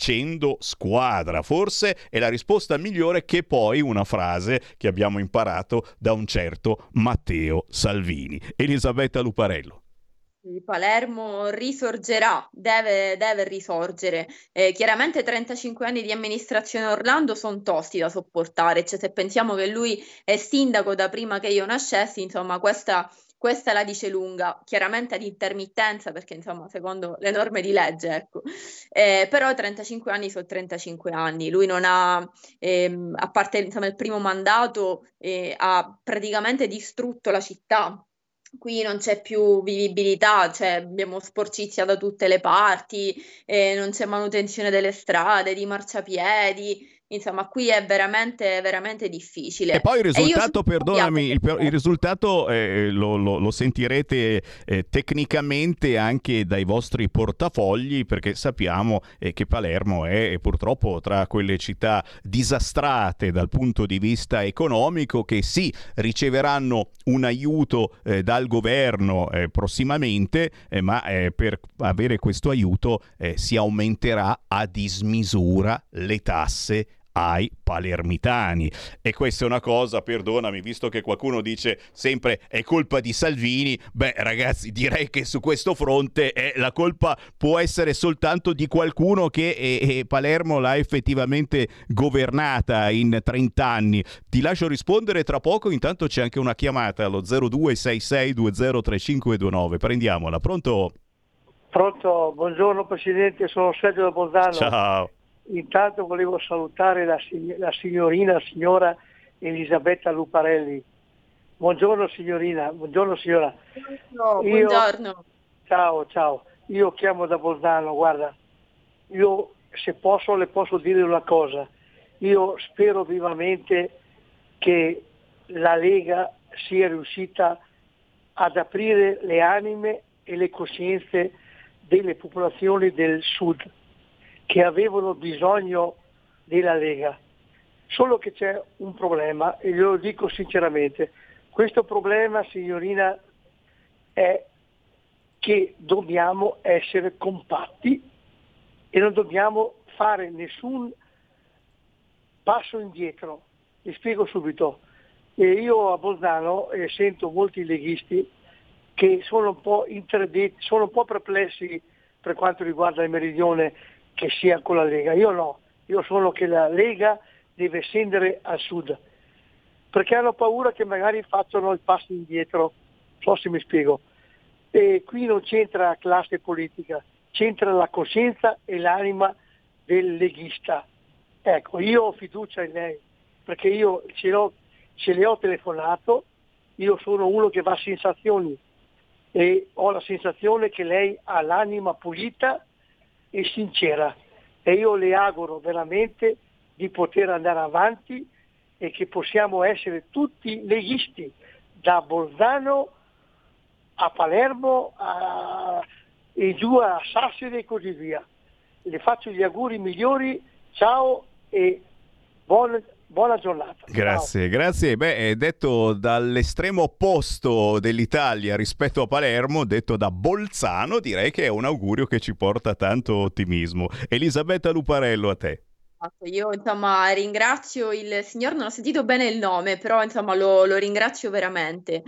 Forse è la risposta migliore, che poi una frase che abbiamo imparato da un certo Matteo Salvini. Elisabetta Luparello.
Palermo risorgerà, deve risorgere. Chiaramente 35 anni di amministrazione Orlando sono tosti da sopportare, cioè, se pensiamo che lui è sindaco da prima che io nascessi, insomma, questa la dice lunga, chiaramente ad intermittenza, perché insomma secondo le norme di legge, ecco. Però 35 anni sono 35 anni, lui non ha, a parte insomma il primo mandato, ha praticamente distrutto la città. Qui non c'è più vivibilità, cioè abbiamo sporcizia da tutte le parti, non c'è manutenzione delle strade, di marciapiedi, insomma qui è veramente veramente difficile.
E poi il risultato, perdonami, il risultato lo sentirete tecnicamente anche dai vostri portafogli, perché sappiamo che Palermo è purtroppo tra quelle città disastrate dal punto di vista economico, che sì, riceveranno un aiuto dal governo prossimamente, ma per avere questo aiuto si aumenterà a dismisura le tasse ai palermitani. E questa è una cosa, perdonami, visto che qualcuno dice sempre è colpa di Salvini, beh ragazzi, direi che su questo fronte la colpa può essere soltanto di qualcuno che Palermo l'ha effettivamente governata in 30 anni. Ti lascio rispondere tra poco, intanto c'è anche una chiamata allo 0266203529. Prendiamola. Pronto?
Pronto, buongiorno Presidente, sono Sergio da Bolzano.
Ciao.
Intanto volevo salutare la signora Elisabetta Luparelli. Buongiorno signorina, buongiorno signora.
Buongiorno.
Ciao, io chiamo da Bolzano, guarda, io se posso le posso dire una cosa, io spero vivamente che la Lega sia riuscita ad aprire le anime e le coscienze delle popolazioni del sud che avevano bisogno della Lega. Solo che c'è un problema, e glielo dico sinceramente, questo problema, signorina, è che dobbiamo essere compatti e non dobbiamo fare nessun passo indietro. Vi spiego subito. Io a Bolzano sento molti leghisti che sono un po' interdetti, sono un po' perplessi per quanto riguarda il meridione che sia con la Lega. Io no, io sono che la Lega deve scendere al sud, perché hanno paura che magari facciano il passo indietro, so se mi spiego. E qui non c'entra classe politica, c'entra la coscienza e l'anima del leghista. Ecco, io ho fiducia in lei, perché io ce le ho telefonato, io sono uno che va a sensazioni e ho la sensazione che lei ha l'anima pulita e sincera, e io le auguro veramente di poter andare avanti e che possiamo essere tutti leghisti, da Bolzano a Palermo e giù a Sassari e così via. Le faccio gli auguri migliori, ciao e buona giornata.
Grazie. Beh, è detto dall'estremo opposto dell'Italia rispetto a Palermo, detto da Bolzano, direi che è un augurio che ci porta tanto ottimismo. Elisabetta Luparello, a te.
Io ringrazio il signor, non ho sentito bene il nome, però lo ringrazio veramente.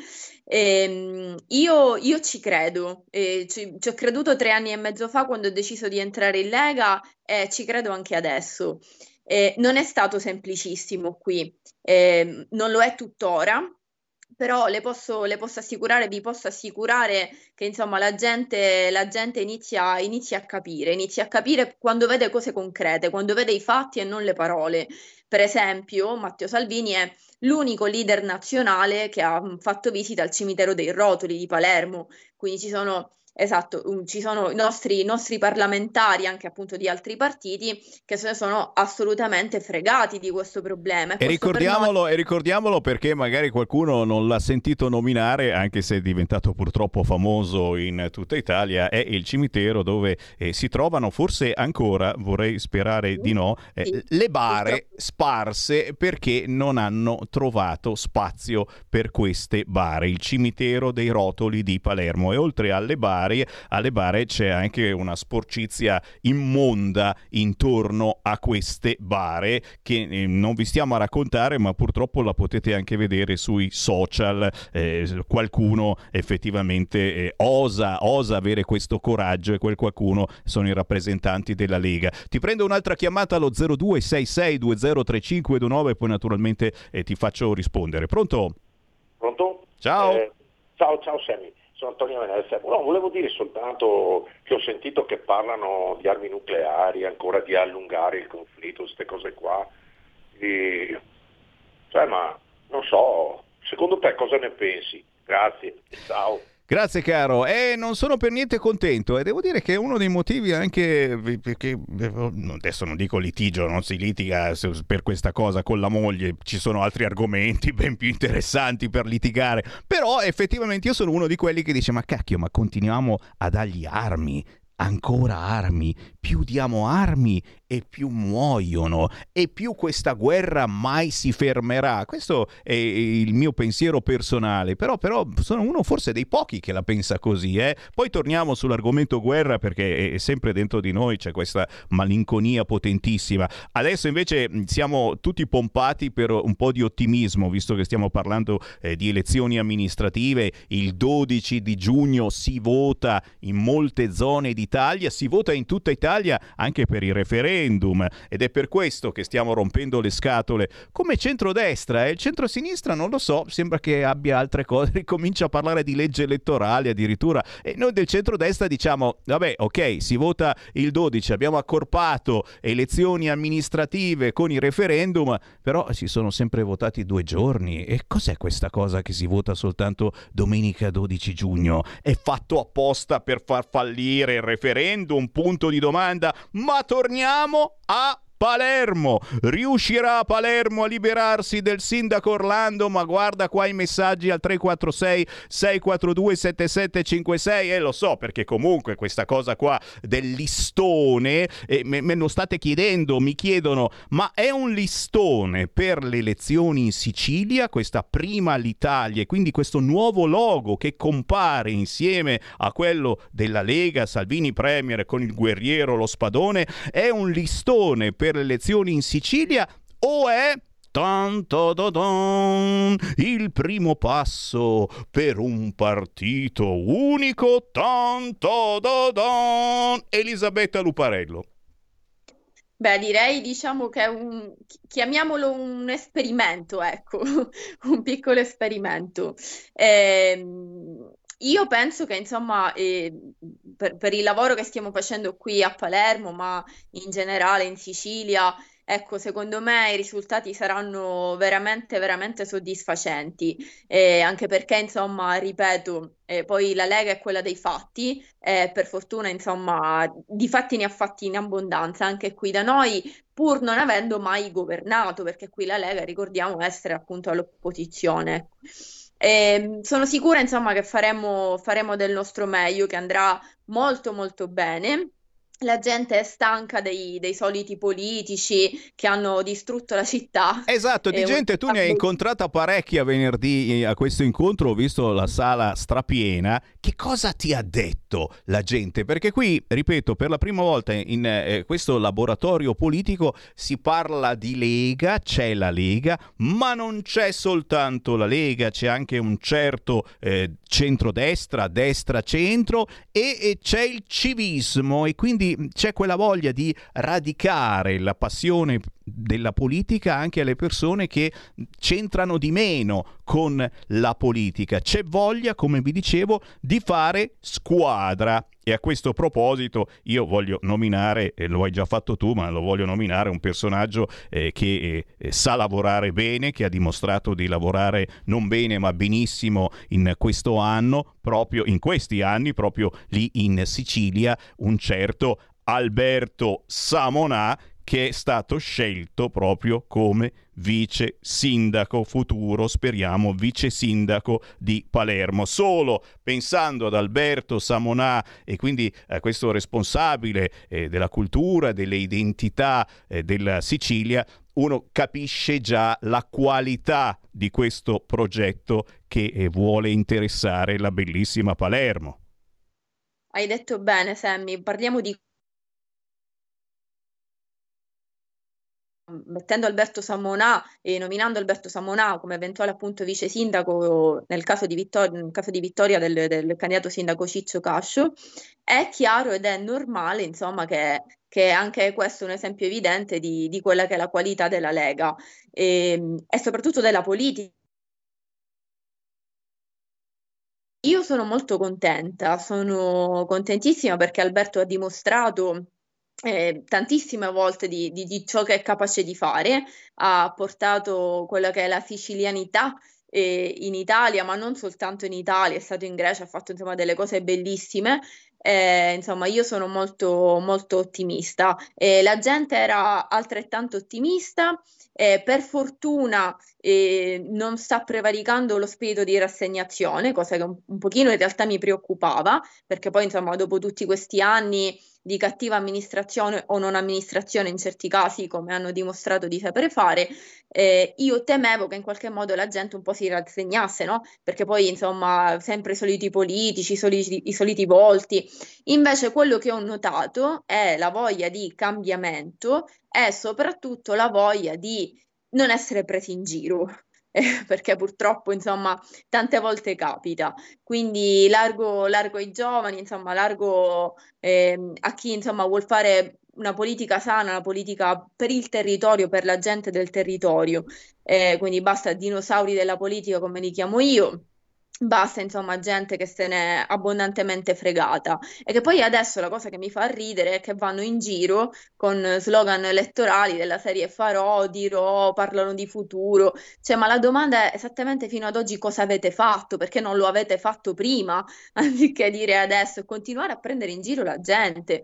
Io ci credo, ci ho creduto 3 anni e mezzo fa quando ho deciso di entrare in Lega e ci credo anche adesso. Non è stato semplicissimo qui, non lo è tuttora, però vi posso assicurare che la gente inizia a capire quando vede cose concrete, quando vede i fatti e non le parole. Per esempio, Matteo Salvini è l'unico leader nazionale che ha fatto visita al cimitero dei Rotoli di Palermo, quindi ci sono i nostri parlamentari, anche appunto di altri partiti, che se ne sono assolutamente fregati di questo problema.
E ricordiamolo perché magari qualcuno non l'ha sentito nominare, anche se è diventato purtroppo famoso in tutta Italia, è il cimitero dove si trovano, forse ancora, vorrei sperare di no, le bare sparse perché non hanno trovato spazio per queste bare. Il cimitero dei Rotoli di Palermo, e oltre alle bare c'è anche una sporcizia immonda intorno a queste bare che non vi stiamo a raccontare, ma purtroppo la potete anche vedere sui social. Qualcuno effettivamente osa avere questo coraggio, e quel qualcuno sono i rappresentanti della Lega. Ti prendo un'altra chiamata allo 0266203529 e poi naturalmente ti faccio rispondere. Pronto? Ciao.
Ciao Sammy. Sono Antonio Venezia. No, volevo dire soltanto che ho sentito che parlano di armi nucleari, ancora di allungare il conflitto, queste cose qua. Ma non so, secondo te cosa ne pensi? Grazie, ciao.
Grazie caro, non sono per niente contento, e devo dire che è uno dei motivi anche perché adesso non dico litigio, non si litiga per questa cosa con la moglie, ci sono altri argomenti ben più interessanti per litigare, però effettivamente io sono uno di quelli che dice ma cacchio, ma continuiamo a dargli armi ancora armi, più diamo armi e più muoiono e più questa guerra mai si fermerà. Questo è il mio pensiero personale, però sono uno forse dei pochi che la pensa così. Poi torniamo sull'argomento guerra, perché è sempre dentro di noi c'è questa malinconia potentissima. Adesso invece siamo tutti pompati per un po' di ottimismo, visto che stiamo parlando di elezioni amministrative. Il 12 di giugno si vota in molte zone d'Italia, si vota in tutta Italia anche per il referendum, ed è per questo che stiamo rompendo le scatole come centrodestra. Il centrosinistra non lo so, sembra che abbia altre cose, ricomincia a parlare di legge elettorale addirittura, e noi del centrodestra diciamo vabbè, ok, si vota il 12, abbiamo accorpato elezioni amministrative con i referendum, però si sono sempre votati 2 giorni. E cos'è questa cosa che si vota soltanto domenica 12 giugno? È fatto apposta per far fallire il referendum? Punto di domanda. Ma torniamo a Palermo. Riuscirà Palermo a liberarsi del sindaco Orlando? Ma guarda qua i messaggi al 346 642 7756, lo so, perché comunque questa cosa qua del listone me lo state chiedendo, mi chiedono, ma è un listone per le elezioni in Sicilia, questa prima l'Italia, e quindi questo nuovo logo che compare insieme a quello della Lega, Salvini Premier con il guerriero, lo spadone, è un listone per le elezioni in Sicilia o è il primo passo per un partito unico? Elisabetta Luparello.
Beh, direi, diciamo che è chiamiamolo un esperimento, ecco, un piccolo esperimento. Io penso che, insomma, per il lavoro che stiamo facendo qui a Palermo, ma in generale in Sicilia, ecco, secondo me i risultati saranno veramente, veramente soddisfacenti, anche perché, insomma, ripeto, poi la Lega è quella dei fatti, per fortuna, insomma, di fatti ne ha fatti in abbondanza anche qui da noi, pur non avendo mai governato, perché qui la Lega, ricordiamo, essere appunto all'opposizione. Sono sicura, insomma, che faremo del nostro meglio, che andrà molto molto bene. La gente è stanca dei soliti politici che hanno distrutto la città.
Esatto, di gente tu ne hai incontrata parecchia venerdì a questo incontro, ho visto la sala strapiena. Che cosa ti ha detto la gente? Perché qui, ripeto, per la prima volta in questo laboratorio politico si parla di Lega, c'è la Lega, ma non c'è soltanto la Lega, c'è anche un certo centrodestra, destra-centro, e c'è il civismo, e quindi c'è quella voglia di radicare la passione della politica anche alle persone che c'entrano di meno con la politica. C'è voglia, come vi dicevo, di fare squadra. E a questo proposito io voglio nominare, lo hai già fatto tu, ma lo voglio nominare, un personaggio che sa lavorare bene, che ha dimostrato di lavorare non bene ma benissimo in questo anno, proprio in questi anni, proprio lì in Sicilia, un certo Alberto Samonà, che è stato scelto proprio come vice sindaco futuro, speriamo vice sindaco di Palermo. Solo pensando ad Alberto Samonà e quindi a questo responsabile della cultura, delle identità della Sicilia, uno capisce già la qualità di questo progetto che vuole interessare la bellissima Palermo.
Hai detto bene, Sammy, parliamo di mettendo Alberto Samonà e nominando Alberto Samonà come eventuale appunto vice sindaco nel caso di vittoria del candidato sindaco Ciccio Cascio, è chiaro ed è normale, insomma, che anche questo è un esempio evidente di quella che è la qualità della Lega e soprattutto della politica. Io sono molto contenta, sono contentissima perché Alberto ha dimostrato tantissime volte di ciò che è capace di fare, ha portato quella che è la sicilianità in Italia, ma non soltanto in Italia, è stato in Grecia, ha fatto insomma delle cose bellissime Insomma, io sono molto, molto ottimista. La gente era altrettanto ottimista. Per fortuna non sta prevaricando lo spirito di rassegnazione, cosa che un pochino in realtà mi preoccupava, perché poi insomma dopo tutti questi anni di cattiva amministrazione o non amministrazione in certi casi, come hanno dimostrato di sapere fare, io temevo che in qualche modo la gente un po' si rassegnasse, no? Perché poi insomma sempre i soliti politici, i soliti volti. Invece quello che ho notato è la voglia di cambiamento e soprattutto la voglia di non essere presi in giro, perché purtroppo insomma tante volte capita. Quindi largo ai giovani, insomma largo a chi insomma vuol fare una politica sana, una politica per il territorio, per la gente del territorio. Quindi basta dinosauri della politica, come li chiamo io. Basta insomma gente che se n'è abbondantemente fregata, e che poi adesso la cosa che mi fa ridere è che vanno in giro con slogan elettorali della serie farò, dirò, parlano di futuro. Cioè, ma la domanda è esattamente fino ad oggi cosa avete fatto, perché non lo avete fatto prima, anziché dire adesso e continuare a prendere in giro la gente.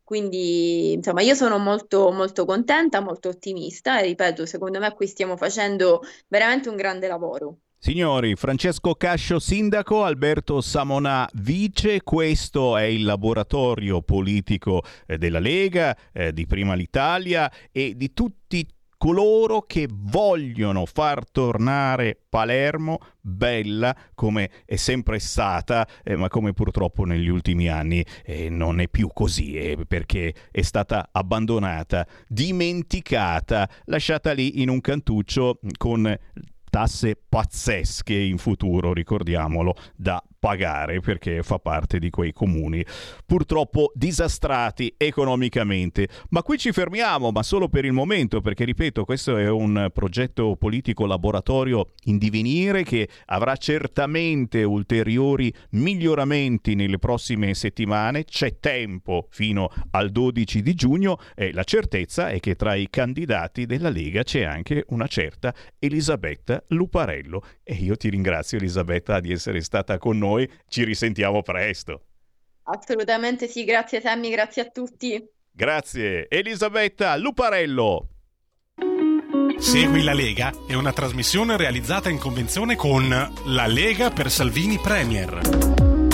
Quindi insomma io sono molto, molto contenta, molto ottimista, e ripeto, secondo me qui stiamo facendo veramente un grande lavoro.
Signori, Francesco Cascio sindaco, Alberto Samonà vice, questo è il laboratorio politico della Lega, di Prima l'Italia e di tutti coloro che vogliono far tornare Palermo bella come è sempre stata, ma come purtroppo negli ultimi anni non è più così, perché è stata abbandonata, dimenticata, lasciata lì in un cantuccio con tasse pazzesche in futuro, ricordiamolo, da pagare, perché fa parte di quei comuni purtroppo disastrati economicamente. Ma qui ci fermiamo, ma solo per il momento, perché ripeto, questo è un progetto politico laboratorio in divenire che avrà certamente ulteriori miglioramenti nelle prossime settimane. C'è tempo fino al 12 di giugno e la certezza è che tra i candidati della Lega c'è anche una certa Elisabetta Luparello, e io ti ringrazio, Elisabetta, di essere stata con noi. Ci risentiamo presto.
Assolutamente sì, grazie Sammy, grazie a tutti.
Grazie, Elisabetta Luparello.
Segui la Lega è una trasmissione realizzata in convenzione con La Lega per Salvini Premier.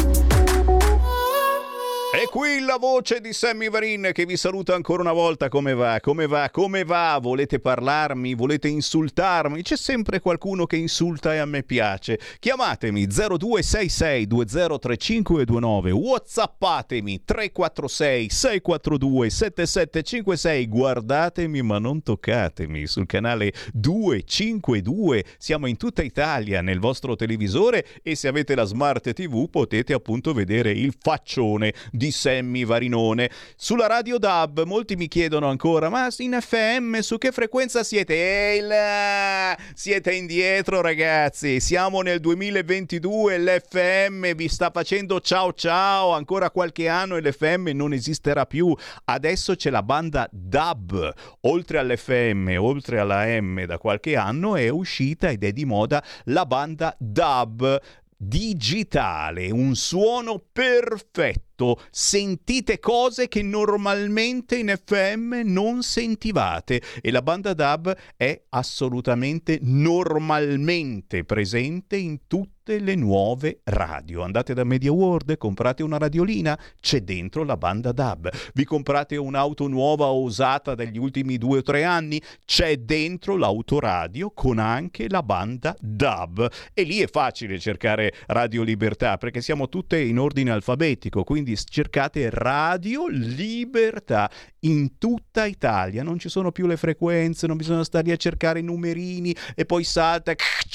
E qui la voce di Sammy Varin che vi saluta ancora una volta. Come va? Come va? Come va? Volete parlarmi? Volete insultarmi? C'è sempre qualcuno che insulta e a me piace. Chiamatemi 0266 203529, whatsappatemi 346 642 7756, guardatemi ma non toccatemi sul canale 252. Siamo in tutta Italia nel vostro televisore, e se avete la Smart TV potete appunto vedere il faccione di Sammy Varinone. Sulla radio DAB molti mi chiedono ancora: ma in FM su che frequenza siete? Siete indietro, ragazzi, siamo nel 2022, l'FM vi sta facendo ciao ciao, ancora qualche anno e l'FM non esisterà più. Adesso c'è la banda DAB, oltre all'FM, oltre alla M, da qualche anno è uscita ed è di moda la banda DAB digitale, un suono perfetto. Sentite cose che normalmente in FM non sentivate, e la banda DAB è assolutamente normalmente presente in tutte le nuove radio. Andate da Media World, comprate una radiolina, c'è dentro la banda DAB. Vi comprate un'auto nuova o usata degli ultimi 2 o 3 anni, c'è dentro l'autoradio con anche la banda DAB. E lì è facile cercare Radio Libertà, perché siamo tutte in ordine alfabetico, quindi cercate Radio Libertà in tutta Italia. Non ci sono più le frequenze, non bisogna stare a cercare i numerini e poi salta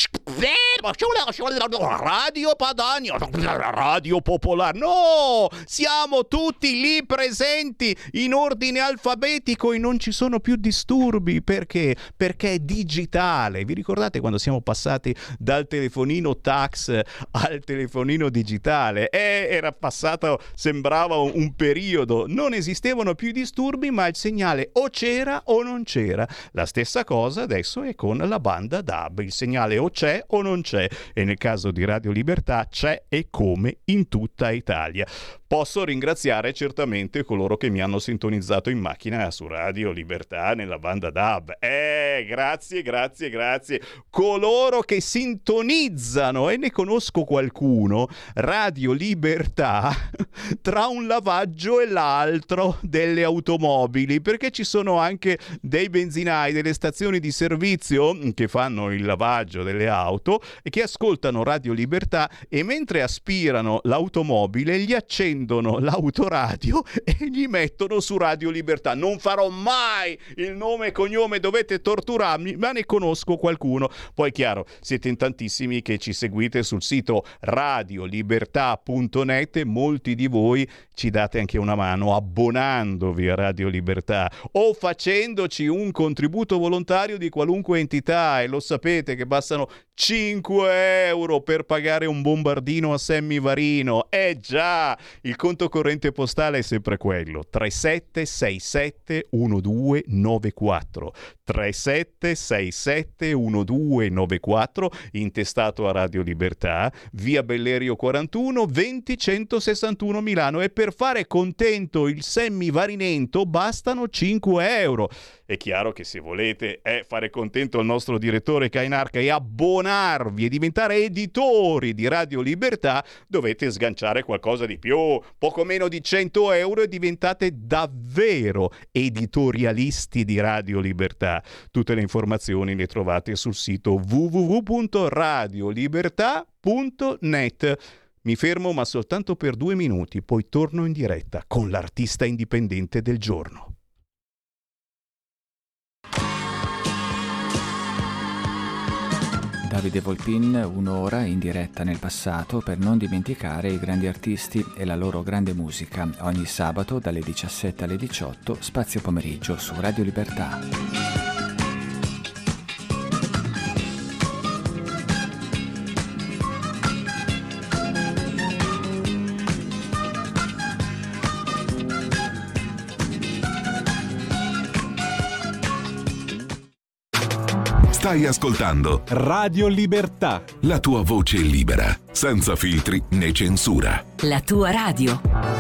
Radio Padania, Radio Popolare. No, siamo tutti lì presenti in ordine alfabetico e non ci sono più disturbi. Perché? Perché è digitale. Vi ricordate quando siamo passati dal telefonino tax al telefonino digitale? Era passato, sembrava un periodo, non esistevano più disturbi, ma il segnale o c'era o non c'era. La stessa cosa adesso è con la banda DAB, il segnale o c'è o non c'è, e nel caso di Radio Libertà c'è e come in tutta Italia. Posso ringraziare certamente coloro che mi hanno sintonizzato in macchina su Radio Libertà nella banda DAB. Grazie. Coloro che sintonizzano, e ne conosco qualcuno, Radio Libertà tra un lavaggio e l'altro delle automobili, perché ci sono anche dei benzinai, delle stazioni di servizio che fanno il lavaggio delle auto e che ascoltano Radio Libertà, e mentre aspirano l'automobile gli accendono l'autoradio e gli mettono su Radio Libertà. Non farò mai il nome e cognome, dovete torturarmi, ma ne conosco qualcuno. Poi chiaro, siete in tantissimi che ci seguite sul sito radiolibertà.net e molti di voi ci date anche una mano abbonandovi a Radio Libertà o facendoci un contributo volontario di qualunque entità, e lo sapete che bastano 5 euro per pagare un bombardino a Semmivarino. Già, il conto corrente postale è sempre quello: 37671294 37671294, intestato a Radio Libertà, via Bellerio 41 20161 Milano. E per fare contento il Semmivarinento bastano 5 euro. È chiaro che se volete fare contento il nostro direttore Cainarca e abbonarvi e diventare editori di Radio Libertà, dovete sganciare qualcosa di più, poco meno di 100 euro, e diventate davvero editorialisti di Radio Libertà. Tutte le informazioni le trovate sul sito www.radiolibertà.net. Mi fermo ma soltanto per 2 minuti, poi torno in diretta con l'artista indipendente del giorno.
Davide Volpin, un'ora in diretta nel passato per non dimenticare i grandi artisti e la loro grande musica. Ogni sabato dalle 17 alle 18, spazio pomeriggio su Radio Libertà.
Stai ascoltando
Radio Libertà,
la tua voce libera, senza filtri né censura.
La tua radio.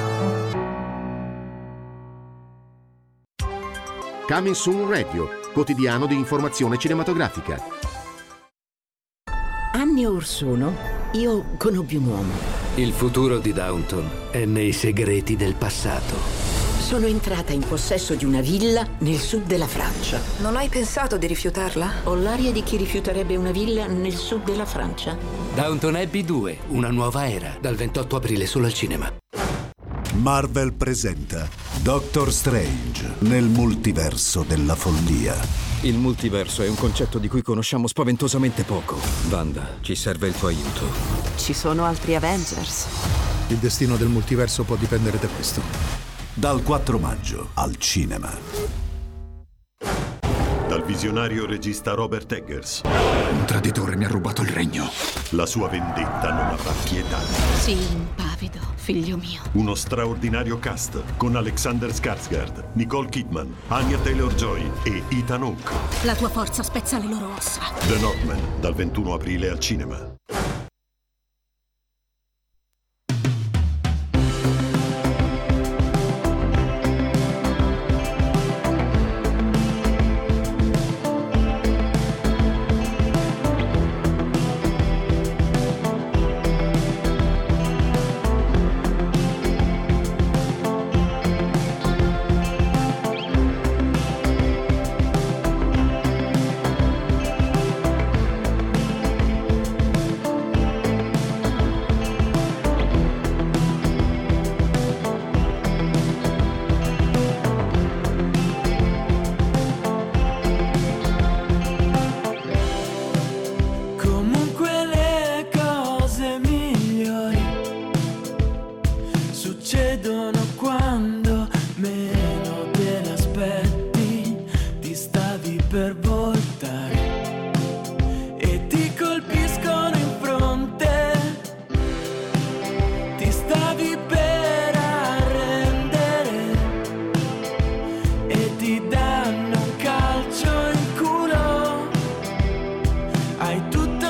Coming Soon Radio, quotidiano di informazione cinematografica.
Anni or sono, io conobbi un uomo.
Il futuro di Downton è nei segreti del passato.
Sono entrata in possesso di una villa nel sud della Francia.
Non hai pensato di rifiutarla?
Ho l'aria di chi rifiuterebbe una villa nel sud della Francia.
Downton Abbey 2, una nuova era, dal 28 aprile solo al cinema.
Marvel presenta Doctor Strange nel multiverso della follia.
Il multiverso è un concetto di cui conosciamo spaventosamente poco. Wanda, ci serve il tuo aiuto.
Ci sono altri Avengers.
Il destino del multiverso può dipendere da questo. Dal 4 maggio al cinema.
Dal visionario regista Robert Eggers.
Un traditore mi ha rubato il regno.
La sua vendetta non avrà pietà.
Sii impavido, figlio mio.
Uno straordinario cast con Alexander Skarsgård, Nicole Kidman, Anya Taylor-Joy e Ethan Hawke.
La tua forza spezza le loro ossa.
The Northman, dal 21 aprile al cinema.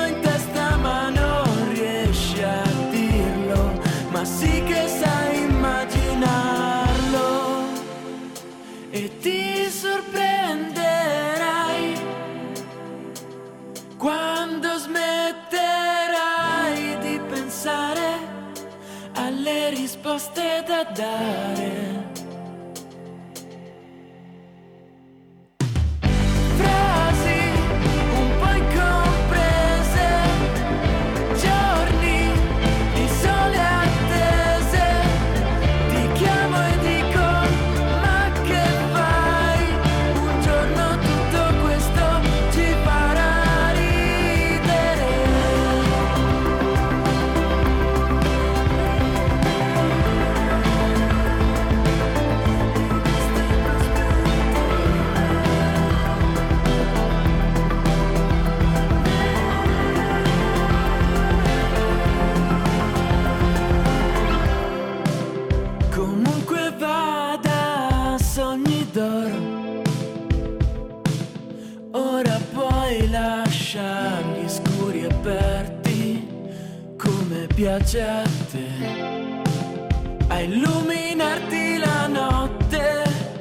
Sì che sai mai risposte da dare. Frasi un po' incomprese, giorni di sole attese, ti chiamo e dico ma che fai? Un giorno tutto questo ci farà ridere. Comunque vada, sogni d'oro, ora puoi lasciarli scuri e aperti come piace a te, a illuminarti la notte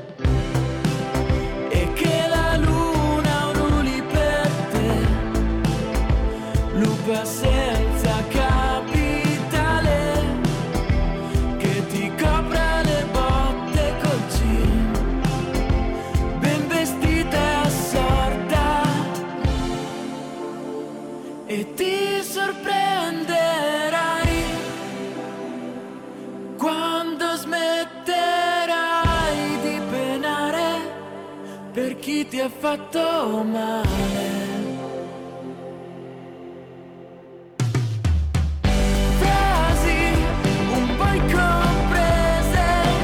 e che la luna uruli per te, lupa senza capitale che ti copra le botte col jean, ben vestita e assorta, e ti sorprenderai quando smetterai di penare per chi ti ha fatto male. Frasi un po' incomprese,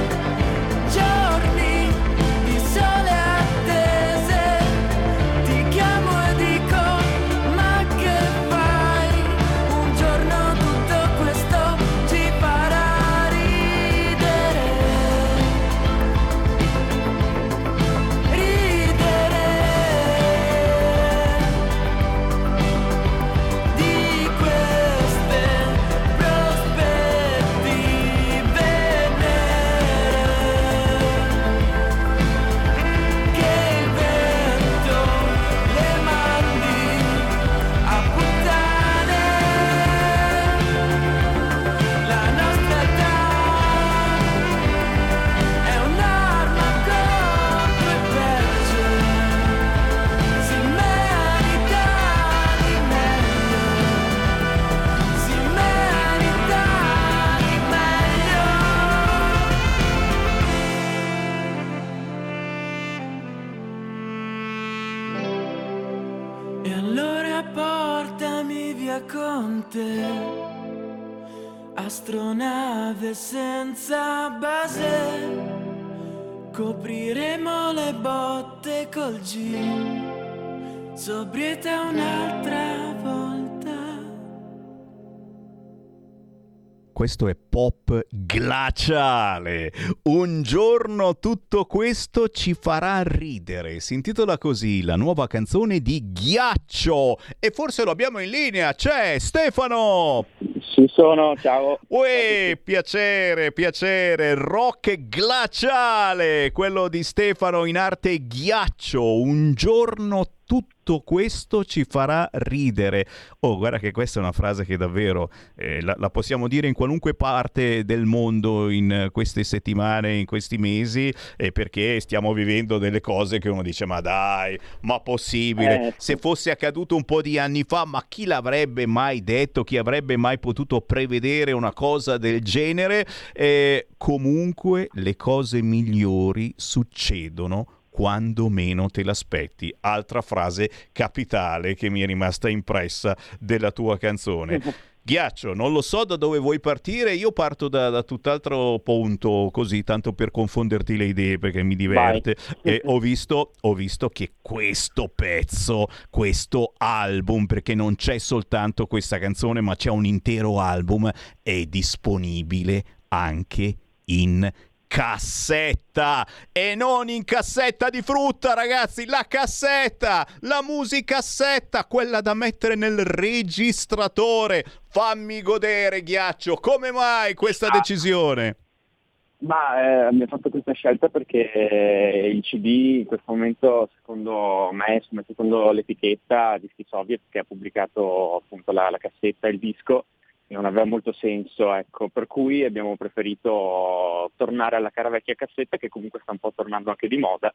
giorni di sole attese, ti chiamo e dico ma che fai? Un giorno tutto questo ci farà ridere. Ridere di queste prospettive nere che il vento le mandi a puttane. La nostra età è un'arma contro il peggio, si merita di meglio, si merita di meglio. E allora portami via con te, astronave senza base, copriremo le botte col gin, sobrietà un'altra volta.
Questo è pop glaciale. Un giorno tutto questo ci farà ridere. Si intitola così la nuova canzone di Ghiaccio. E forse lo abbiamo in linea. C'è Stefano!
Ci sono, ciao.
Uè, piacere, piacere. Rock glaciale. Quello di Stefano in arte Ghiaccio. Un giorno tutto questo ci farà ridere. Oh, guarda che questa è una frase che davvero la possiamo dire in qualunque parte del mondo in queste settimane, in questi mesi, perché stiamo vivendo delle cose che uno dice ma dai, ma possibile? Se fosse accaduto un po' di anni fa, ma chi l'avrebbe mai detto? Chi avrebbe mai potuto prevedere una cosa del genere? Comunque le cose migliori succedono quando meno te l'aspetti. Altra frase capitale che mi è rimasta impressa della tua canzone. Ghiaccio, non lo so da dove vuoi partire, io parto da tutt'altro punto, così tanto per confonderti le idee perché mi diverte. E ho visto che questo pezzo, questo album, perché non c'è soltanto questa canzone ma c'è un intero album, è disponibile anche in cassetta, e non in cassetta di frutta, ragazzi, la cassetta, la musicassetta, quella da mettere nel registratore. Fammi godere, Ghiaccio, come mai questa decisione?
Ma abbiamo fatto questa scelta perché il CD in questo momento, secondo me, secondo l'etichetta Dischi Soviet, che ha pubblicato appunto la cassetta e il disco, non aveva molto senso, ecco, per cui abbiamo preferito tornare alla cara vecchia cassetta, che comunque sta un po' tornando anche di moda,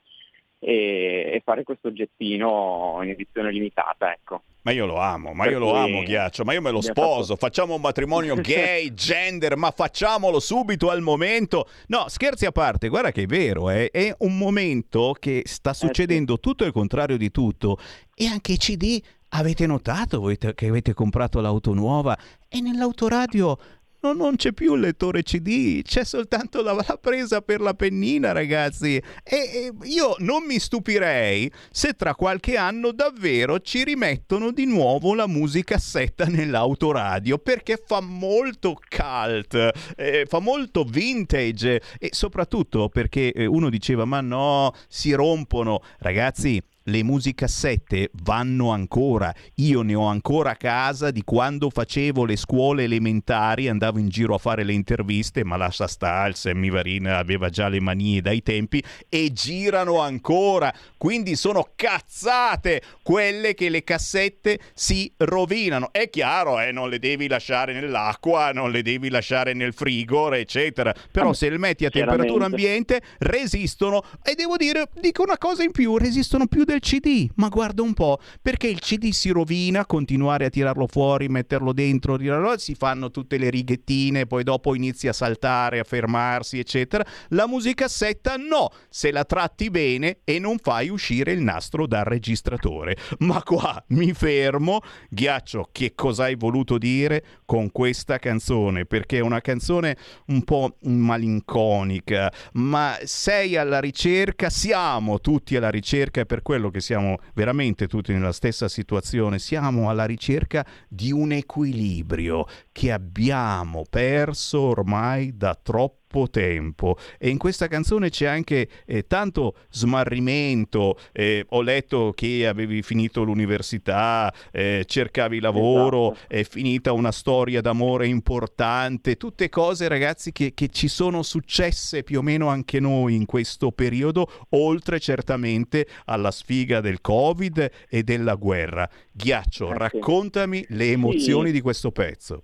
e fare questo oggettino in edizione limitata, ecco.
Ma io lo amo, Ghiaccio, ma io me lo sposo, facciamo un matrimonio gay, gender, ma facciamolo subito al momento. No, scherzi a parte, guarda che è vero, è un momento che sta succedendo tutto il contrario di tutto, e anche i CD, avete notato voi che avete comprato l'auto nuova e nell'autoradio non c'è più il lettore CD, c'è soltanto la presa per la pennina, ragazzi. E io non mi stupirei se tra qualche anno davvero ci rimettono di nuovo la musicassetta nell'autoradio, perché fa molto cult, fa molto vintage, e soprattutto perché uno diceva ma no, si rompono. Ragazzi, le musicassette vanno ancora. Io ne ho ancora a casa di quando facevo le scuole elementari, andavo in giro a fare le interviste, ma lascia stare, il Sammy Varin aveva già le manie dai tempi, e girano ancora. Quindi sono cazzate quelle che le cassette si rovinano. È chiaro, non le devi lasciare nell'acqua, non le devi lasciare nel frigo, eccetera. Però se le metti a temperatura ambiente resistono, e devo dire, dico una cosa in più, resistono più del CD, ma guarda un po', perché il CD si rovina, continuare a tirarlo fuori, metterlo dentro, si fanno tutte le righettine, poi dopo inizia a saltare, a fermarsi, eccetera. La musicassetta no, se la tratti bene e non fai uscire il nastro dal registratore. Ma qua mi fermo. Ghiaccio, che cosa hai voluto dire con questa canzone? Perché è una canzone un po' malinconica, ma sei alla ricerca, siamo tutti alla ricerca, e per quello che siamo veramente tutti nella stessa situazione, siamo alla ricerca di un equilibrio che abbiamo perso ormai da troppo tempo, e in questa canzone c'è anche tanto smarrimento. Ho letto che avevi finito l'università, cercavi lavoro, esatto. È finita una storia d'amore importante, tutte cose, ragazzi, che ci sono successe più o meno anche noi in questo periodo, oltre certamente alla sfiga del Covid e della guerra. Ghiaccio, raccontami le emozioni di questo pezzo.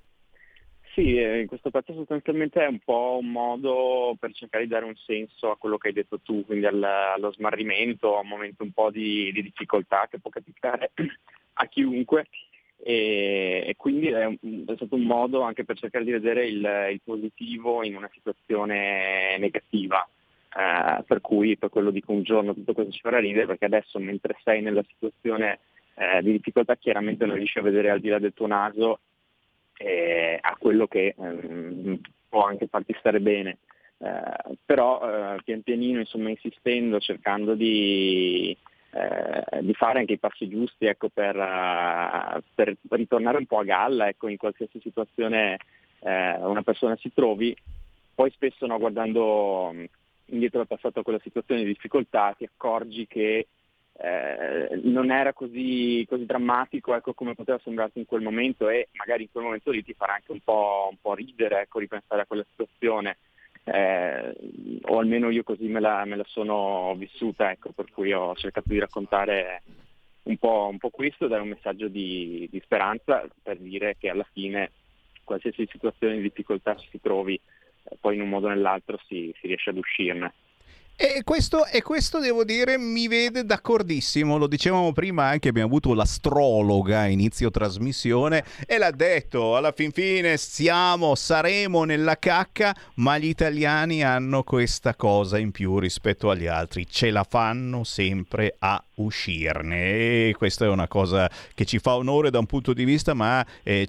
Sì, questo pezzo sostanzialmente è un po' un modo per cercare di dare un senso a quello che hai detto tu, quindi allo smarrimento, a un momento un po' di difficoltà che può capitare a chiunque, e quindi è stato un modo anche per cercare di vedere il positivo in una situazione negativa, per cui per quello dico un giorno tutto questo ci farà ridere, perché adesso mentre sei nella situazione di difficoltà chiaramente non riesci a vedere al di là del tuo naso a quello che può anche farti stare bene, però pian pianino, insomma, insistendo, cercando di fare anche i passi giusti, ecco, per ritornare un po' a galla, ecco, in qualsiasi situazione una persona si trovi. Poi spesso, no, guardando indietro al passato a quella situazione di difficoltà, ti accorgi che non era così drammatico, ecco, come poteva sembrarti in quel momento, e magari in quel momento lì ti farà anche un po' ridere, ecco, ripensare a quella situazione, o almeno io così me la sono vissuta, ecco, per cui ho cercato di raccontare un po' questo, dare un messaggio di speranza, per dire che alla fine qualsiasi situazione di difficoltà si trovi, poi in un modo o nell'altro si riesce ad uscirne.
E questo devo dire mi vede d'accordissimo. Lo dicevamo prima, anche abbiamo avuto l'astrologa a inizio trasmissione e l'ha detto, alla fin fine saremo nella cacca, ma gli italiani hanno questa cosa in più rispetto agli altri, ce la fanno sempre a uscirne, e questa è una cosa che ci fa onore da un punto di vista, ma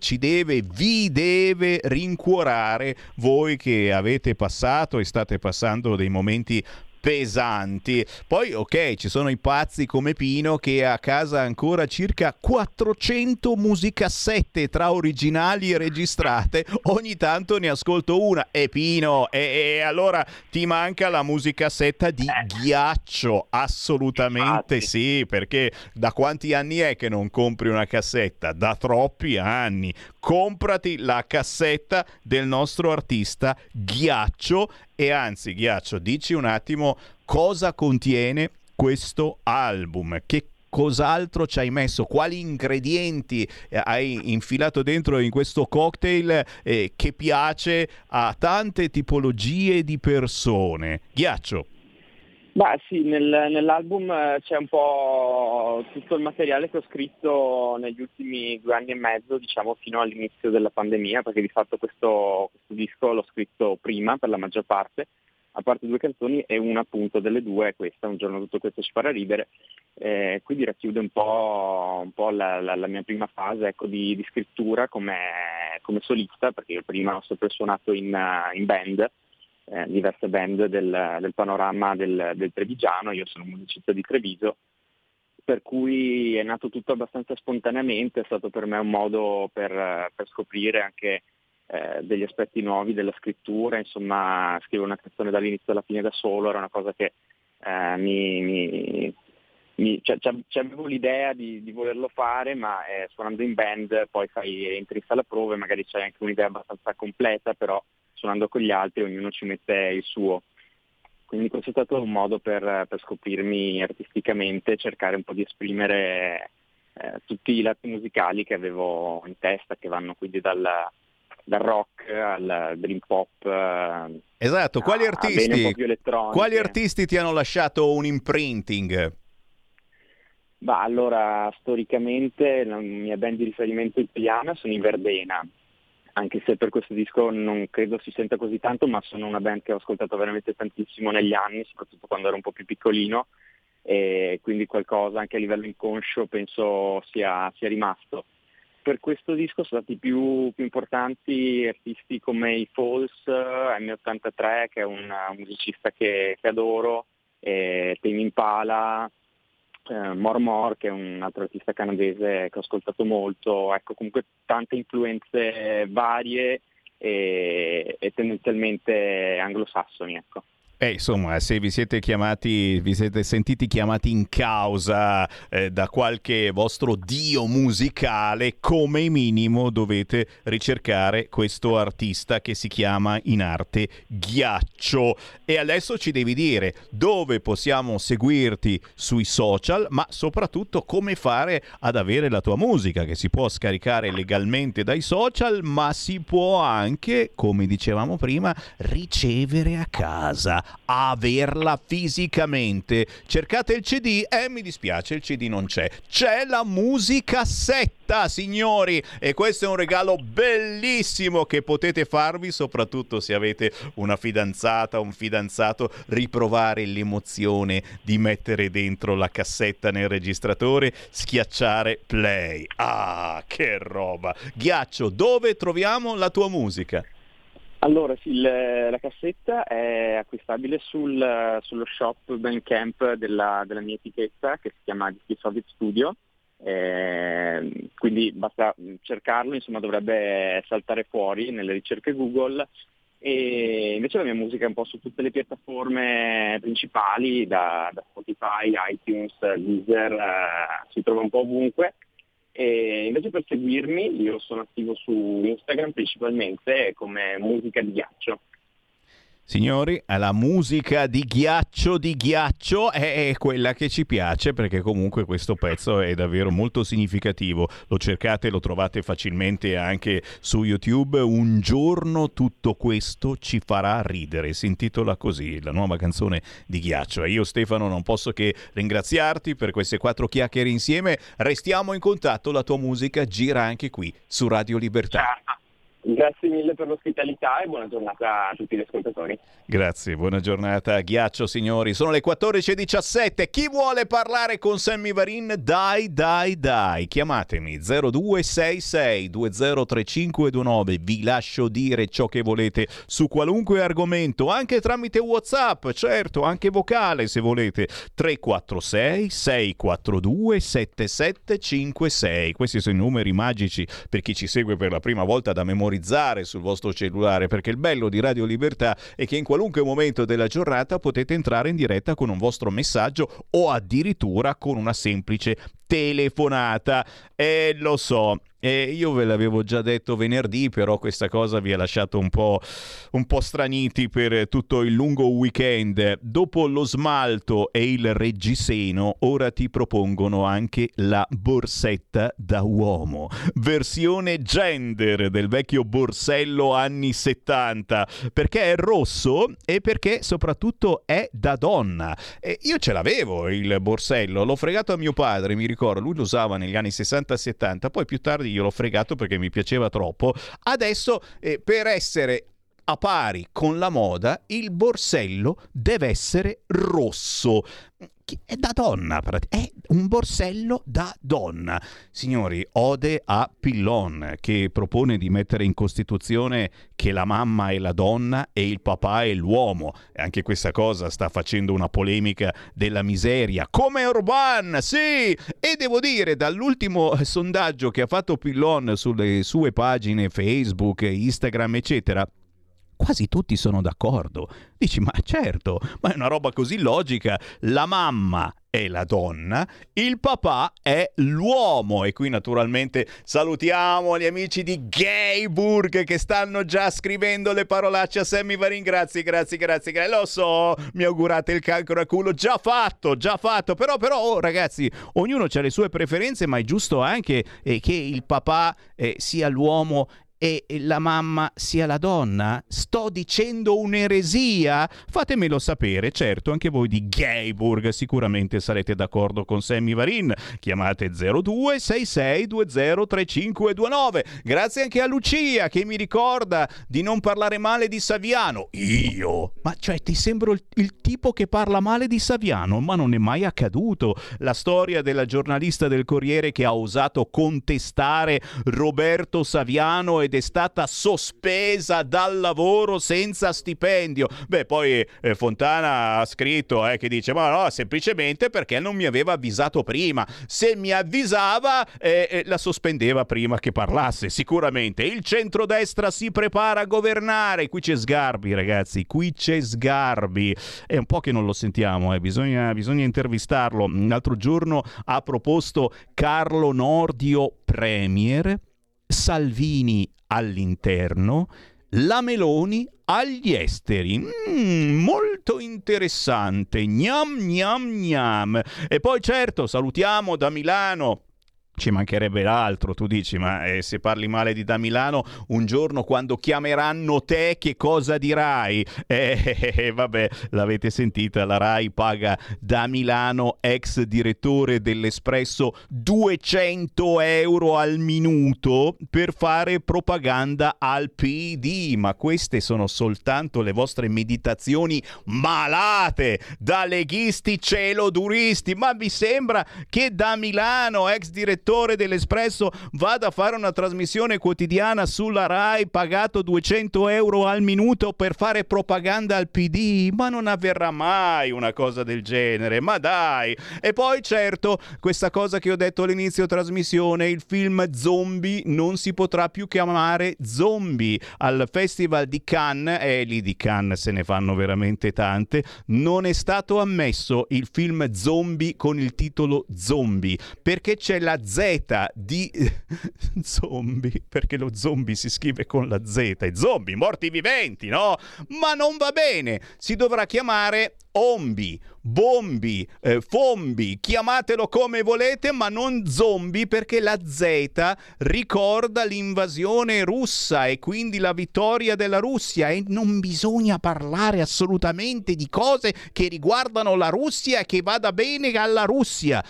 vi deve rincuorare voi che avete passato e state passando dei momenti pesanti. Poi ok, ci sono i pazzi come Pino che ha a casa ancora circa 400 musicassette tra originali e registrate, ogni tanto ne ascolto una, e Pino, e allora ti manca la musicassetta di Ghiaccio? Assolutamente sì, perché da quanti anni è che non compri una cassetta? Da troppi anni. Comprati la cassetta del nostro artista Ghiaccio. E anzi, Ghiaccio, dici un attimo cosa contiene questo album, che cos'altro ci hai messo, quali ingredienti hai infilato dentro in questo cocktail che piace a tante tipologie di persone. Ghiaccio.
Beh sì, nell'album c'è un po' tutto il materiale che ho scritto negli ultimi 2 anni e mezzo, diciamo fino all'inizio della pandemia, perché di fatto questo disco l'ho scritto prima per la maggior parte, a parte 2 canzoni, e una appunto delle 2 è questa, Un giorno tutto questo ci farà ridere, quindi racchiude un po' la mia prima fase, ecco, di scrittura come solista, perché io prima ho sempre suonato in band, diverse band del panorama del trevigiano. Io sono musicista di Treviso, per cui è nato tutto abbastanza spontaneamente, è stato per me un modo per scoprire anche degli aspetti nuovi della scrittura. Insomma, scrivo una canzone dall'inizio alla fine da solo, era una cosa che avevo l'idea di volerlo fare, ma suonando in band poi entri in sala prove, magari c'hai anche un'idea abbastanza completa, però suonando con gli altri ognuno ci mette il suo. Quindi questo è stato un modo per scoprirmi artisticamente, cercare un po' di esprimere tutti i lati musicali che avevo in testa, che vanno quindi dal rock al dream pop.
Esatto, quali
artisti
artisti ti hanno lasciato un imprinting?
Allora, storicamente la mia band di riferimento italiana sono i Verdena, anche se per questo disco non credo si senta così tanto, ma sono una band che ho ascoltato veramente tantissimo negli anni, soprattutto quando ero un po' più piccolino, e quindi qualcosa anche a livello inconscio penso sia rimasto. Per questo disco sono stati più importanti artisti come i Falls, M83, che è un musicista che adoro, Tame Impala, More, che è un altro artista canadese che ho ascoltato molto. Ecco, comunque tante influenze varie e tendenzialmente anglosassoni, ecco.
Insomma, se vi siete sentiti chiamati in causa da qualche vostro dio musicale, come minimo dovete ricercare questo artista che si chiama in arte Ghiaccio. E adesso ci devi dire dove possiamo seguirti sui social, ma soprattutto come fare ad avere la tua musica, che si può scaricare legalmente dai social, ma si può anche, come dicevamo prima, ricevere a casa, averla fisicamente. Cercate il CD, mi dispiace, il CD non c'è la musicassetta, signori, e questo è un regalo bellissimo che potete farvi, soprattutto se avete una fidanzata o un fidanzato, riprovare l'emozione di mettere dentro la cassetta nel registratore, schiacciare play. Che roba. Ghiaccio, dove troviamo la tua musica?
Allora sì, la cassetta è acquistabile sullo shop Bandcamp della mia etichetta, che si chiama Dischi Soviet Studio, quindi basta cercarlo, insomma dovrebbe saltare fuori nelle ricerche Google. E invece la mia musica è un po' su tutte le piattaforme principali, da Spotify, iTunes, Deezer, si trova un po' ovunque. E invece per seguirmi io sono attivo su Instagram principalmente come Musica di Ghiaccio.
Signori, la musica di Ghiaccio è quella che ci piace, perché comunque questo pezzo è davvero molto significativo. Lo cercate, lo trovate facilmente anche su YouTube. Un giorno tutto questo ci farà ridere. Si intitola così, la nuova canzone di Ghiaccio. E io, Stefano, non posso che ringraziarti per queste 4 chiacchiere insieme. Restiamo in contatto, la tua musica gira anche qui su Radio Libertà.
Certo. Grazie mille per l'ospitalità e buona giornata a tutti gli ascoltatori.
Grazie, buona giornata a Ghiaccio, signori. Sono le 14:17. Chi vuole parlare con Sammy Varin? Dai. Chiamatemi 0266 203529. Vi lascio dire ciò che volete su qualunque argomento, anche tramite WhatsApp, certo, anche vocale se volete. 346 642 7756. Questi sono i numeri magici per chi ci segue per la prima volta da memorizzare sul vostro cellulare, perché il bello di Radio Libertà è che in qualunque momento della giornata potete entrare in diretta con un vostro messaggio o addirittura con una semplice telefonata. E lo so, Io ve l'avevo già detto venerdì, però questa cosa vi ha lasciato un po' straniti per tutto il lungo weekend. Dopo lo smalto e il reggiseno, ora ti propongono anche la borsetta da uomo. Versione gender del vecchio borsello anni 70, perché è rosso e perché soprattutto è da donna. Io ce l'avevo il borsello, l'ho fregato a mio padre, mi ricordo, lui lo usava negli anni 60-70, poi più tardi io l'ho fregato perché mi piaceva troppo. Adesso per essere a pari con la moda il borsello deve essere rosso. È da donna, è un borsello da donna. Signori, ode a Pillon, che propone di mettere in Costituzione che la mamma è la donna e il papà è l'uomo. E anche questa cosa sta facendo una polemica della miseria, come Orban, sì! E devo dire, dall'ultimo sondaggio che ha fatto Pillon sulle sue pagine Facebook, Instagram, eccetera, quasi tutti sono d'accordo. Dici, ma certo, ma è una roba così logica. La mamma è la donna, il papà è l'uomo. E qui naturalmente salutiamo gli amici di Gayburg che stanno già scrivendo le parolacce a Sammy Varin. Grazie. Lo so, mi augurate il cancro a culo. Già fatto. Però ragazzi, ognuno ha le sue preferenze, ma è giusto anche che il papà sia l'uomo e la mamma sia la donna? Sto dicendo un'eresia? Fatemelo sapere, certo, anche voi di Gayburg sicuramente sarete d'accordo con Sammy Varin. Chiamate 0266203529. Grazie anche a Lucia che mi ricorda di non parlare male di Saviano. Io? Ma cioè ti sembro il tipo che parla male di Saviano? Ma non è mai accaduto. La storia della giornalista del Corriere che ha osato contestare Roberto Saviano ed è stata sospesa dal lavoro senza stipendio. Beh, poi Fontana ha scritto che dice, ma no, semplicemente perché non mi aveva avvisato prima. Se mi avvisava la sospendeva prima che parlasse, sicuramente. Il centrodestra si prepara a governare. Qui c'è Sgarbi, ragazzi, qui c'è Sgarbi. È un po' che non lo sentiamo, bisogna intervistarlo. L'altro giorno ha proposto Carlo Nordio premier, Salvini all'interno, la Meloni agli esteri. Molto interessante. Gnam. E poi certo salutiamo da Milano. Ci mancherebbe l'altro, tu dici, ma se parli male di da Milano, un giorno quando chiameranno te che cosa dirai? Vabbè, l'avete sentita, la Rai paga da Milano, ex direttore dell'Espresso, 200 euro al minuto per fare propaganda al PD. Ma queste sono soltanto le vostre meditazioni malate da leghisti celoduristi. Ma vi sembra che da Milano, ex direttore dell'Espresso, vada a fare una trasmissione quotidiana sulla Rai pagato 200 euro al minuto per fare propaganda al PD? Ma non avverrà mai una cosa del genere, ma dai! E poi certo, questa cosa che ho detto all'inizio trasmissione, il film Zombie non si potrà più chiamare Zombie. Al Festival di Cannes, e lì di Cannes se ne fanno veramente tante, non è stato ammesso il film Zombie con il titolo Zombie, perché c'è la Z di zombie, perché lo zombie si scrive con la Z, e zombie, morti viventi, no? Ma non va bene, si dovrà chiamare Ombi, Bombi, Fombi, chiamatelo come volete, ma non zombie, perché la Z ricorda l'invasione russa e quindi la vittoria della Russia, e non bisogna parlare assolutamente di cose che riguardano la Russia e che vada bene alla Russia.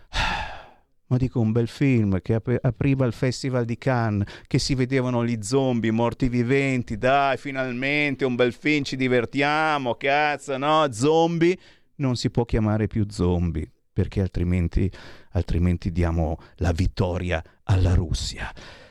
Ma dico, un bel film che apriva il Festival di Cannes, che si vedevano gli zombie, morti viventi, dai, finalmente un bel film, ci divertiamo, cazzo, no? Zombie non si può chiamare più zombie, perché altrimenti diamo la vittoria alla Russia.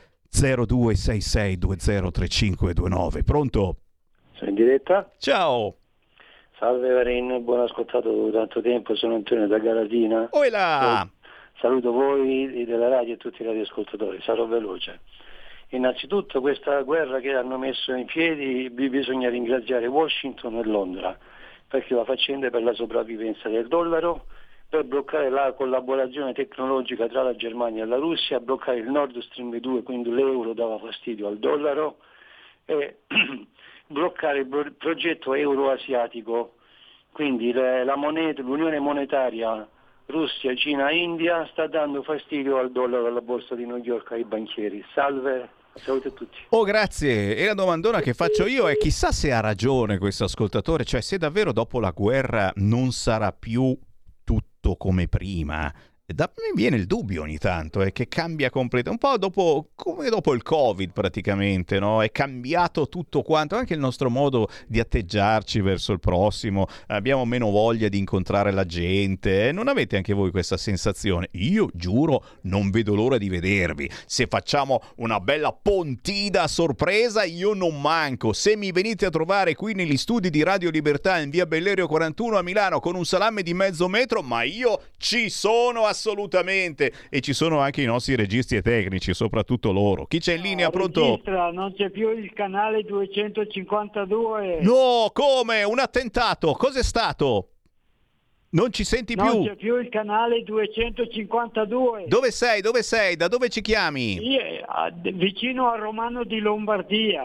0266203529, pronto?
Sono in diretta?
Ciao!
Salve Varin, buon ascoltato tanto tempo, sono Antonio da Galatina.
Oilà!
Saluto voi della radio e tutti i radioascoltatori, sarò veloce. Innanzitutto questa guerra che hanno messo in piedi bisogna ringraziare Washington e Londra, perché la faccenda è per la sopravvivenza del dollaro, per bloccare la collaborazione tecnologica tra la Germania e la Russia, bloccare il Nord Stream 2, quindi l'euro dava fastidio al dollaro, e bloccare il progetto euroasiatico, quindi l'unione monetaria Russia, Cina, India sta dando fastidio al dollaro, alla borsa di New York, ai banchieri. Salve, saluto a tutti.
Oh, grazie. E la domandona che faccio io è: chissà se ha ragione questo ascoltatore, cioè se davvero dopo la guerra non sarà più tutto come prima. Da me viene il dubbio ogni tanto, che cambia completamente, un po' come dopo il Covid praticamente, no? È cambiato tutto quanto, anche il nostro modo di atteggiarci verso il prossimo, abbiamo meno voglia di incontrare la gente. Non avete anche voi questa sensazione? Io giuro, non vedo l'ora di vedervi. Se facciamo una bella pontida a sorpresa, io non manco. Se mi venite a trovare qui negli studi di Radio Libertà in via Bellerio 41 a Milano con un salame di mezzo metro, ma io ci sono assolutamente, e ci sono anche i nostri registi e tecnici, soprattutto loro. Chi c'è in linea? Pronto?
Registra, non c'è più il canale 252.
No, come? Un attentato? Cos'è stato? Non ci senti più?
Non c'è più il canale 252.
Dove sei? Dove sei? Da dove ci chiami?
Vicino a Romano di Lombardia.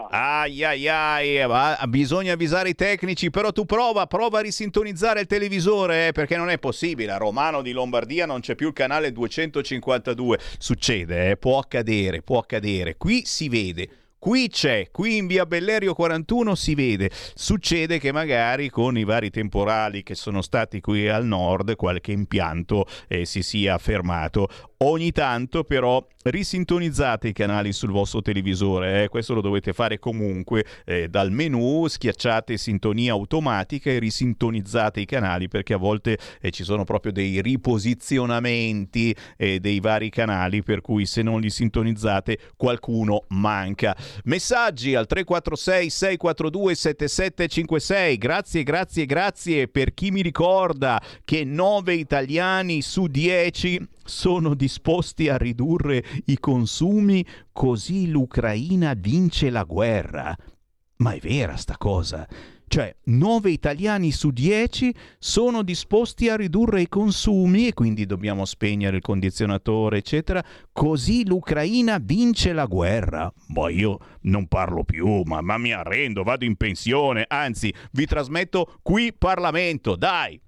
Bisogna avvisare i tecnici, però tu prova a risintonizzare il televisore, perché non è possibile. A Romano di Lombardia non c'è più il canale 252. Succede, può accadere. Qui si vede. Qui in via Bellerio 41 si vede. Succede che magari con i vari temporali che sono stati qui al nord qualche impianto si sia fermato. Ogni tanto però risintonizzate i canali sul vostro televisore, questo lo dovete fare comunque dal menu, schiacciate sintonia automatica e risintonizzate i canali, perché a volte ci sono proprio dei riposizionamenti dei vari canali, per cui se non li sintonizzate qualcuno manca. Messaggi al 346 642 7756. Grazie per chi mi ricorda che 9 italiani su 10 sono disposti a ridurre i consumi, così l'Ucraina vince la guerra. Ma è vera sta cosa? Cioè, 9 italiani su 10 sono disposti a ridurre i consumi e quindi dobbiamo spegnere il condizionatore, eccetera, così l'Ucraina vince la guerra. Ma io non parlo più, ma mi arrendo, vado in pensione, anzi, vi trasmetto qui Parlamento, dai!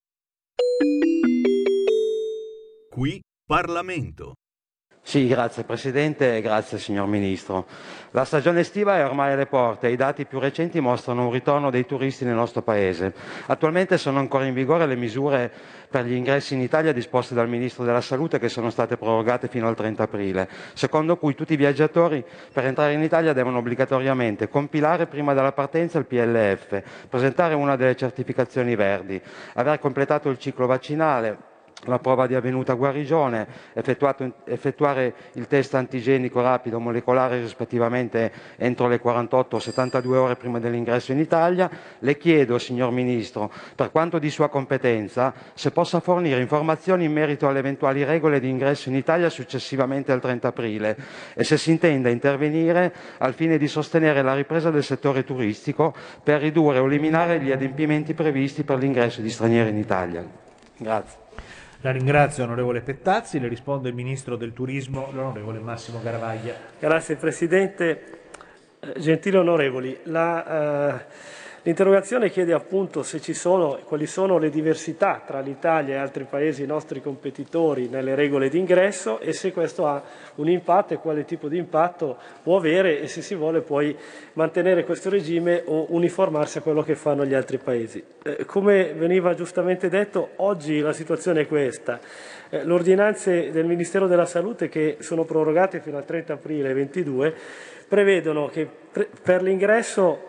Qui Parlamento.
Sì, grazie Presidente e grazie signor Ministro. La stagione estiva è ormai alle porte e i dati più recenti mostrano un ritorno dei turisti nel nostro Paese. Attualmente sono ancora in vigore le misure per gli ingressi in Italia disposte dal Ministro della Salute, che sono state prorogate fino al 30 aprile, secondo cui tutti i viaggiatori per entrare in Italia devono obbligatoriamente compilare prima della partenza il PLF, presentare una delle certificazioni verdi, aver completato il ciclo vaccinale, la prova di avvenuta guarigione, effettuare il test antigenico rapido molecolare rispettivamente entro le 48 o 72 ore prima dell'ingresso in Italia. Le chiedo, signor Ministro, per quanto di sua competenza, se possa fornire informazioni in merito alle eventuali regole di ingresso in Italia successivamente al 30 aprile e se si intenda intervenire al fine di sostenere la ripresa del settore turistico per ridurre o eliminare gli adempimenti previsti per l'ingresso di stranieri in Italia. Grazie.
La ringrazio onorevole Pettazzi, le risponde il Ministro del Turismo, l'onorevole Massimo Garavaglia.
Grazie Presidente. Gentili onorevoli, l'interrogazione chiede appunto se ci sono, quali sono le diversità tra l'Italia e altri paesi nostri competitori nelle regole di ingresso e se questo ha un impatto e quale tipo di impatto può avere e se si vuole poi mantenere questo regime o uniformarsi a quello che fanno gli altri paesi. Come veniva giustamente detto, oggi la situazione è questa. Le ordinanze del Ministero della Salute, che sono prorogate fino al 30 aprile 2022, prevedono che per l'ingresso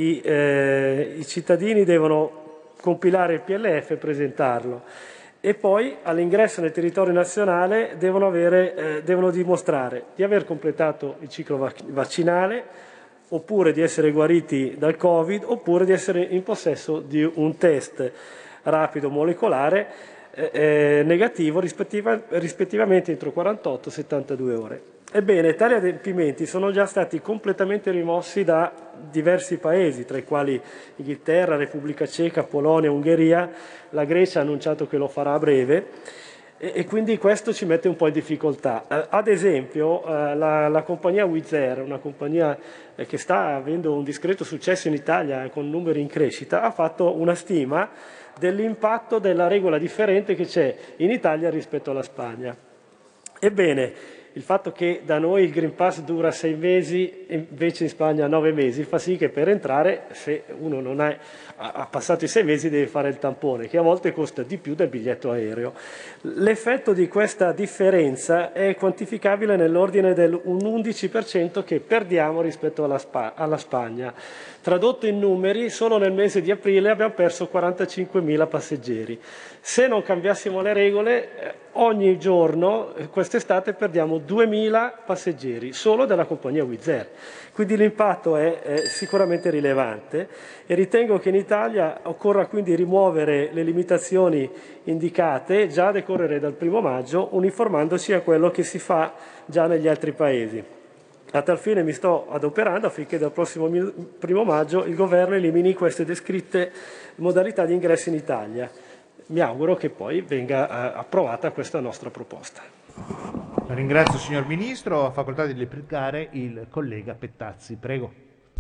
i cittadini devono compilare il PLF e presentarlo e poi all'ingresso nel territorio nazionale devono dimostrare di aver completato il ciclo vaccinale oppure di essere guariti dal Covid oppure di essere in possesso di un test rapido molecolare negativo rispettivamente entro 48 e 72 ore. Ebbene, tali adempimenti sono già stati completamente rimossi da diversi paesi, tra i quali Inghilterra, Repubblica Ceca, Polonia, Ungheria. La Grecia ha annunciato che lo farà a breve e quindi questo ci mette un po' in difficoltà. Ad esempio, la compagnia Wizz Air, una compagnia che sta avendo un discreto successo in Italia con numeri in crescita, ha fatto una stima dell'impatto della regola differente che c'è in Italia rispetto alla Spagna. Ebbene, il fatto che da noi il Green Pass dura 6 mesi e invece in Spagna 9 mesi fa sì che per entrare, se uno non ha passato i 6 mesi, deve fare il tampone, che a volte costa di più del biglietto aereo. L'effetto di questa differenza è quantificabile nell'ordine del un 11% che perdiamo rispetto alla Spagna. Tradotto in numeri, solo nel mese di aprile abbiamo perso 45.000 passeggeri. Se non cambiassimo le regole, ogni giorno quest'estate perdiamo 2.000 passeggeri solo della compagnia Wizz Air. Quindi l'impatto è sicuramente rilevante e ritengo che in Italia occorra quindi rimuovere le limitazioni indicate già a decorrere dal 1° maggio, uniformandosi a quello che si fa già negli altri paesi. A tal fine mi sto adoperando affinché dal prossimo 1° maggio il governo elimini queste descritte modalità di ingresso in Italia. Mi auguro che poi venga approvata questa nostra proposta.
La ringrazio signor Ministro, ha facoltà di replicare il collega Pettazzi, prego.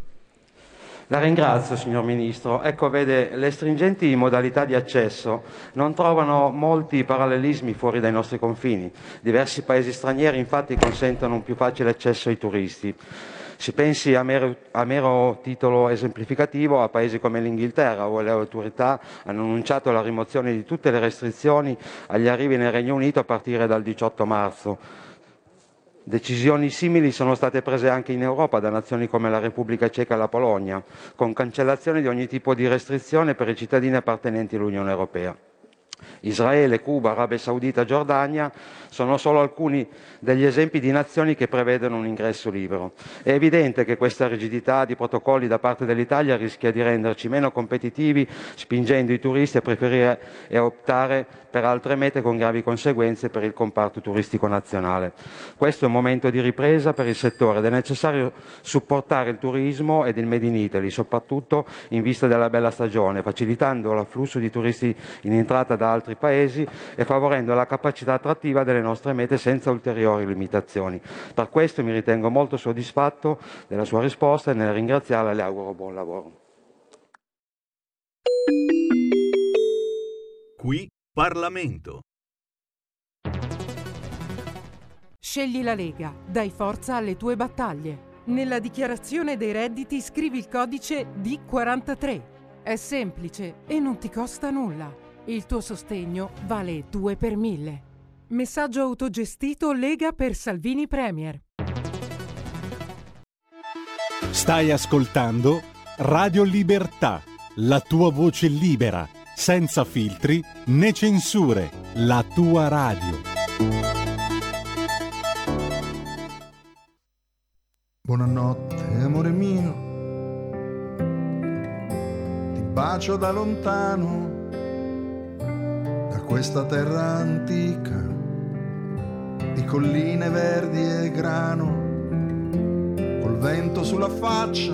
La ringrazio signor Ministro. Ecco, vede, le stringenti modalità di accesso non trovano molti parallelismi fuori dai nostri confini. Diversi paesi stranieri infatti consentono un più facile accesso ai turisti. Si pensi a mero titolo esemplificativo a paesi come l'Inghilterra, dove le autorità hanno annunciato la rimozione di tutte le restrizioni agli arrivi nel Regno Unito a partire dal 18 marzo. Decisioni simili sono state prese anche in Europa da nazioni come la Repubblica Ceca e la Polonia, con cancellazione di ogni tipo di restrizione per i cittadini appartenenti all'Unione Europea. Israele, Cuba, Arabia Saudita, Giordania sono solo alcuni degli esempi di nazioni che prevedono un ingresso libero. È evidente che questa rigidità di protocolli da parte dell'Italia rischia di renderci meno competitivi, spingendo i turisti a preferire e a optare per altre mete con gravi conseguenze per il comparto turistico nazionale. Questo è un momento di ripresa per il settore ed è necessario supportare il turismo ed il Made in Italy, soprattutto in vista della bella stagione, facilitando l'afflusso di turisti in entrata da altri paesi e favorendo la capacità attrattiva delle nostre mete senza ulteriori limitazioni. Per questo mi ritengo molto soddisfatto della sua risposta e nel ringraziarla le auguro buon lavoro.
Qui Parlamento.
Scegli la Lega, dai forza alle tue battaglie. Nella dichiarazione dei redditi scrivi il codice D43. È semplice e non ti costa nulla. Il tuo sostegno vale 2 per 1000. Messaggio autogestito Lega per Salvini Premier.
Stai ascoltando Radio Libertà, la tua voce libera, senza filtri né censure, la tua radio.
Buonanotte, amore mio, ti bacio da lontano, da questa terra antica, di colline verdi e grano, col vento sulla faccia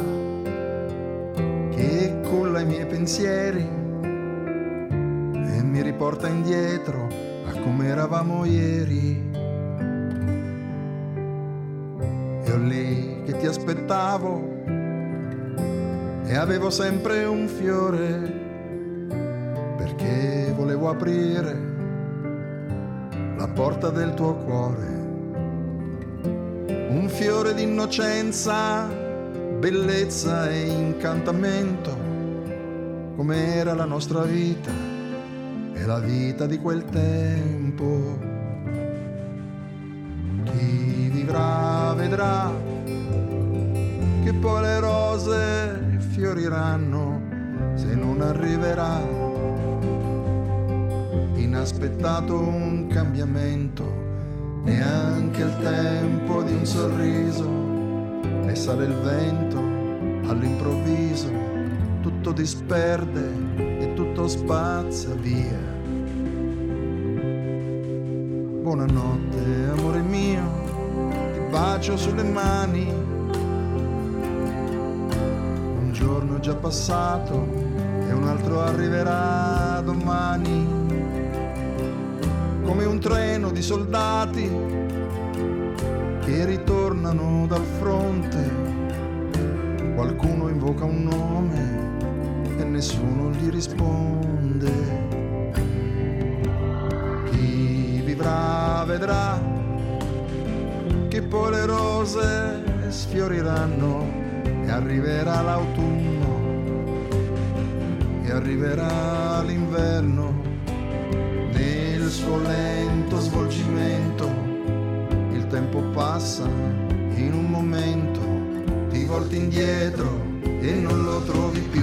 che culla i miei pensieri e mi riporta indietro a come eravamo ieri. Io lì che ti aspettavo e avevo sempre un fiore, perché volevo aprire la porta del tuo cuore. Un fiore di innocenza, bellezza e incantamento, come era la nostra vita e la vita di quel tempo. Chi vivrà vedrà che poi le rose fioriranno se non arriverà inaspettato un cambiamento, neanche il tempo di un sorriso, ne sale il vento all'improvviso, tutto disperde e tutto spazza via. Buonanotte amore mio, ti bacio sulle mani. Un giorno è già passato e un altro arriverà domani. Come un treno di soldati che ritornano dal fronte. Qualcuno invoca un nome e nessuno gli risponde. Chi vivrà vedrà che poi le rose sfioriranno e arriverà l'autunno e arriverà l'inverno. Nel suo lento svolgimento il tempo passa in un momento, ti volti indietro e non lo trovi più.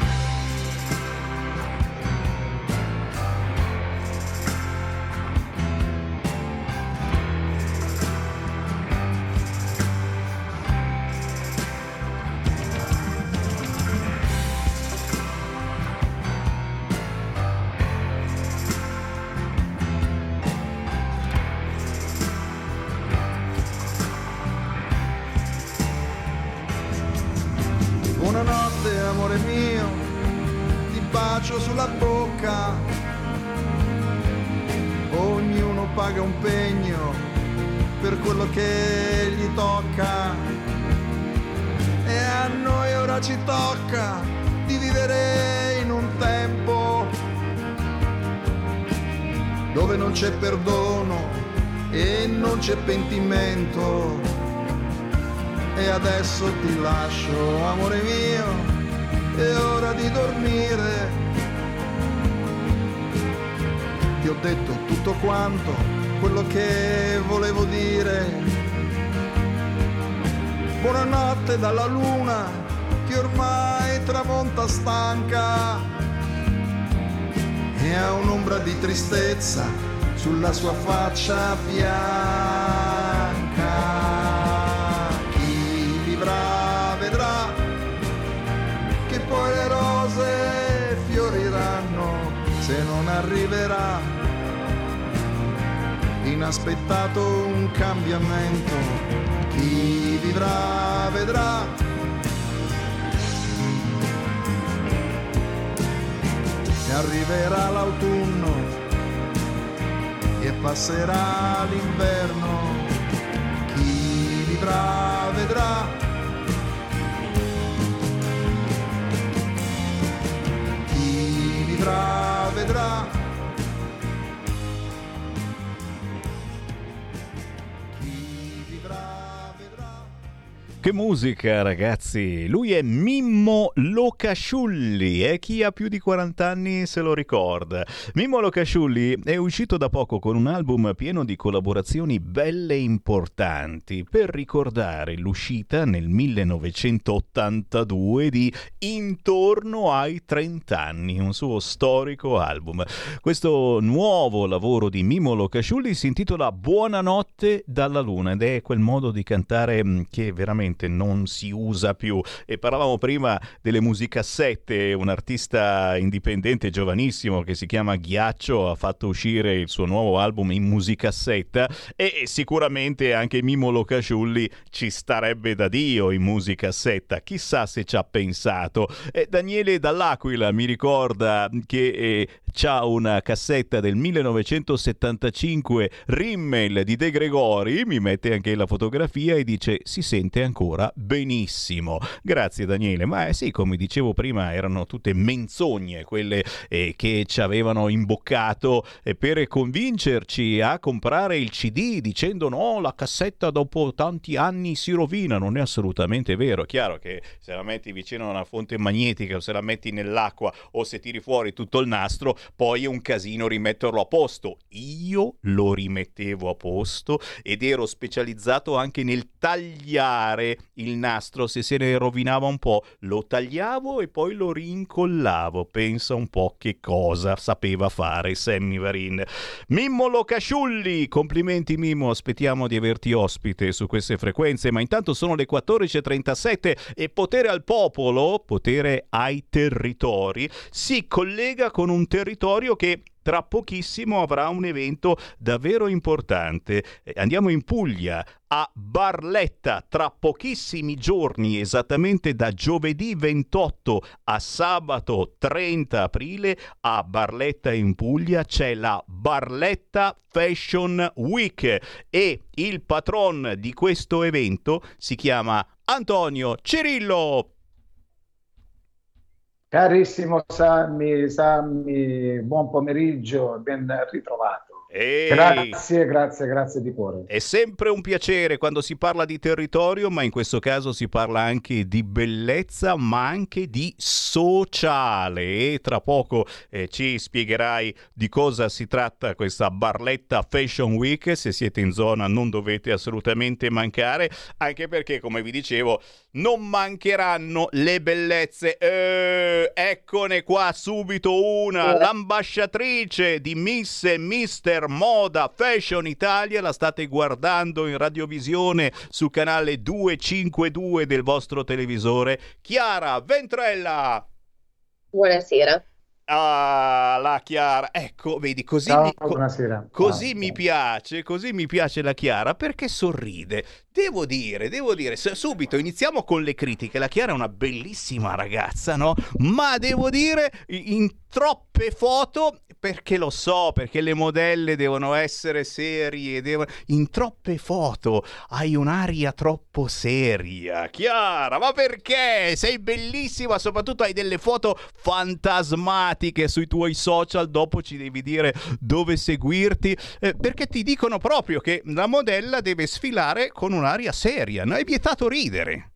Buonanotte amore mio, ti bacio sulla bocca. Ognuno paga un pegno per quello che gli tocca. E a noi ora ci tocca di vivere in un tempo dove non c'è perdono e non c'è pentimento. E adesso ti lascio, amore mio, è ora di dormire. Ti ho detto tutto quanto, quello che volevo dire. Buonanotte dalla luna, che ormai tramonta stanca e ha un'ombra di tristezza sulla sua faccia bianca. Vedrà che poi le rose fioriranno se non arriverà inaspettato un cambiamento. Chi vivrà vedrà che arriverà l'autunno e passerà l'inverno. Chi vivrà vedrà vedrà.
Che musica, ragazzi! Lui è Mimmo Locasciulli e chi ha più di 40 anni se lo ricorda. Mimmo Locasciulli è uscito da poco con un album pieno di collaborazioni belle e importanti per ricordare l'uscita nel 1982 di Intorno ai 30 anni, un suo storico album. Questo nuovo lavoro di Mimmo Locasciulli si intitola Buonanotte dalla Luna ed è quel modo di cantare che veramente non si usa più. E parlavamo prima delle musicassette. Un artista indipendente giovanissimo che si chiama Ghiaccio ha fatto uscire il suo nuovo album in musicassetta e sicuramente anche Mimmo Locasciulli ci starebbe da Dio in musicassetta, chissà se ci ha pensato. Daniele dall'Aquila mi ricorda che c'ha una cassetta del 1975 Rimmel di De Gregori, mi mette anche la fotografia e dice si sente ancora benissimo. Grazie Daniele, ma sì, come dicevo prima erano tutte menzogne quelle che ci avevano imboccato per convincerci a comprare il CD dicendo no, la cassetta dopo tanti anni si rovina. Non è assolutamente vero. Chiaro che se la metti vicino a una fonte magnetica o se la metti nell'acqua o se tiri fuori tutto il nastro poi è un casino rimetterlo a posto. Io lo rimettevo a posto ed ero specializzato anche nel tagliare il nastro. Se se ne rovinava un po' lo tagliavo e poi lo rincollavo. Pensa un po' che cosa sapeva fare Sammy Varin. Mimmo Locasciulli, complimenti Mimmo, aspettiamo di averti ospite su queste frequenze, ma intanto sono le 14.37 e Potere al Popolo, potere ai territori, si collega con un territorio che tra pochissimo avrà un evento davvero importante. Andiamo in Puglia, a Barletta, tra pochissimi giorni, esattamente da giovedì 28 a sabato 30 aprile, a Barletta in Puglia c'è la Barletta Fashion Week e il patron di questo evento si chiama Antonio Cirillo.
Carissimo Sammy, buon pomeriggio, ben ritrovato. Grazie di cuore.
È sempre un piacere quando si parla di territorio, ma in questo caso si parla anche di bellezza, ma anche di sociale. E tra poco ci spiegherai di cosa si tratta questa Barletta Fashion Week. Se siete in zona non dovete assolutamente mancare, anche perché, come vi dicevo, non mancheranno le bellezze. Eccone qua subito una, l'ambasciatrice di Miss e Mister Moda Fashion Italia, la state guardando in radiovisione su canale 252 del vostro televisore, Chiara Ventrella.
Buonasera.
Ah, la Chiara, ecco, vedi, così,
buonasera.
Così mi piace la Chiara, perché sorride. Devo dire, subito iniziamo con le critiche. La Chiara è una bellissima ragazza, no? Ma devo dire, in troppe foto, perché lo so, perché le modelle devono essere serie, in troppe foto hai un'aria troppo seria. Chiara, ma perché? Sei bellissima, soprattutto hai delle foto fantasmatiche sui tuoi social, dopo ci devi dire dove seguirti, perché ti dicono proprio che la modella deve sfilare con un'aria seria, no? È vietato ridere.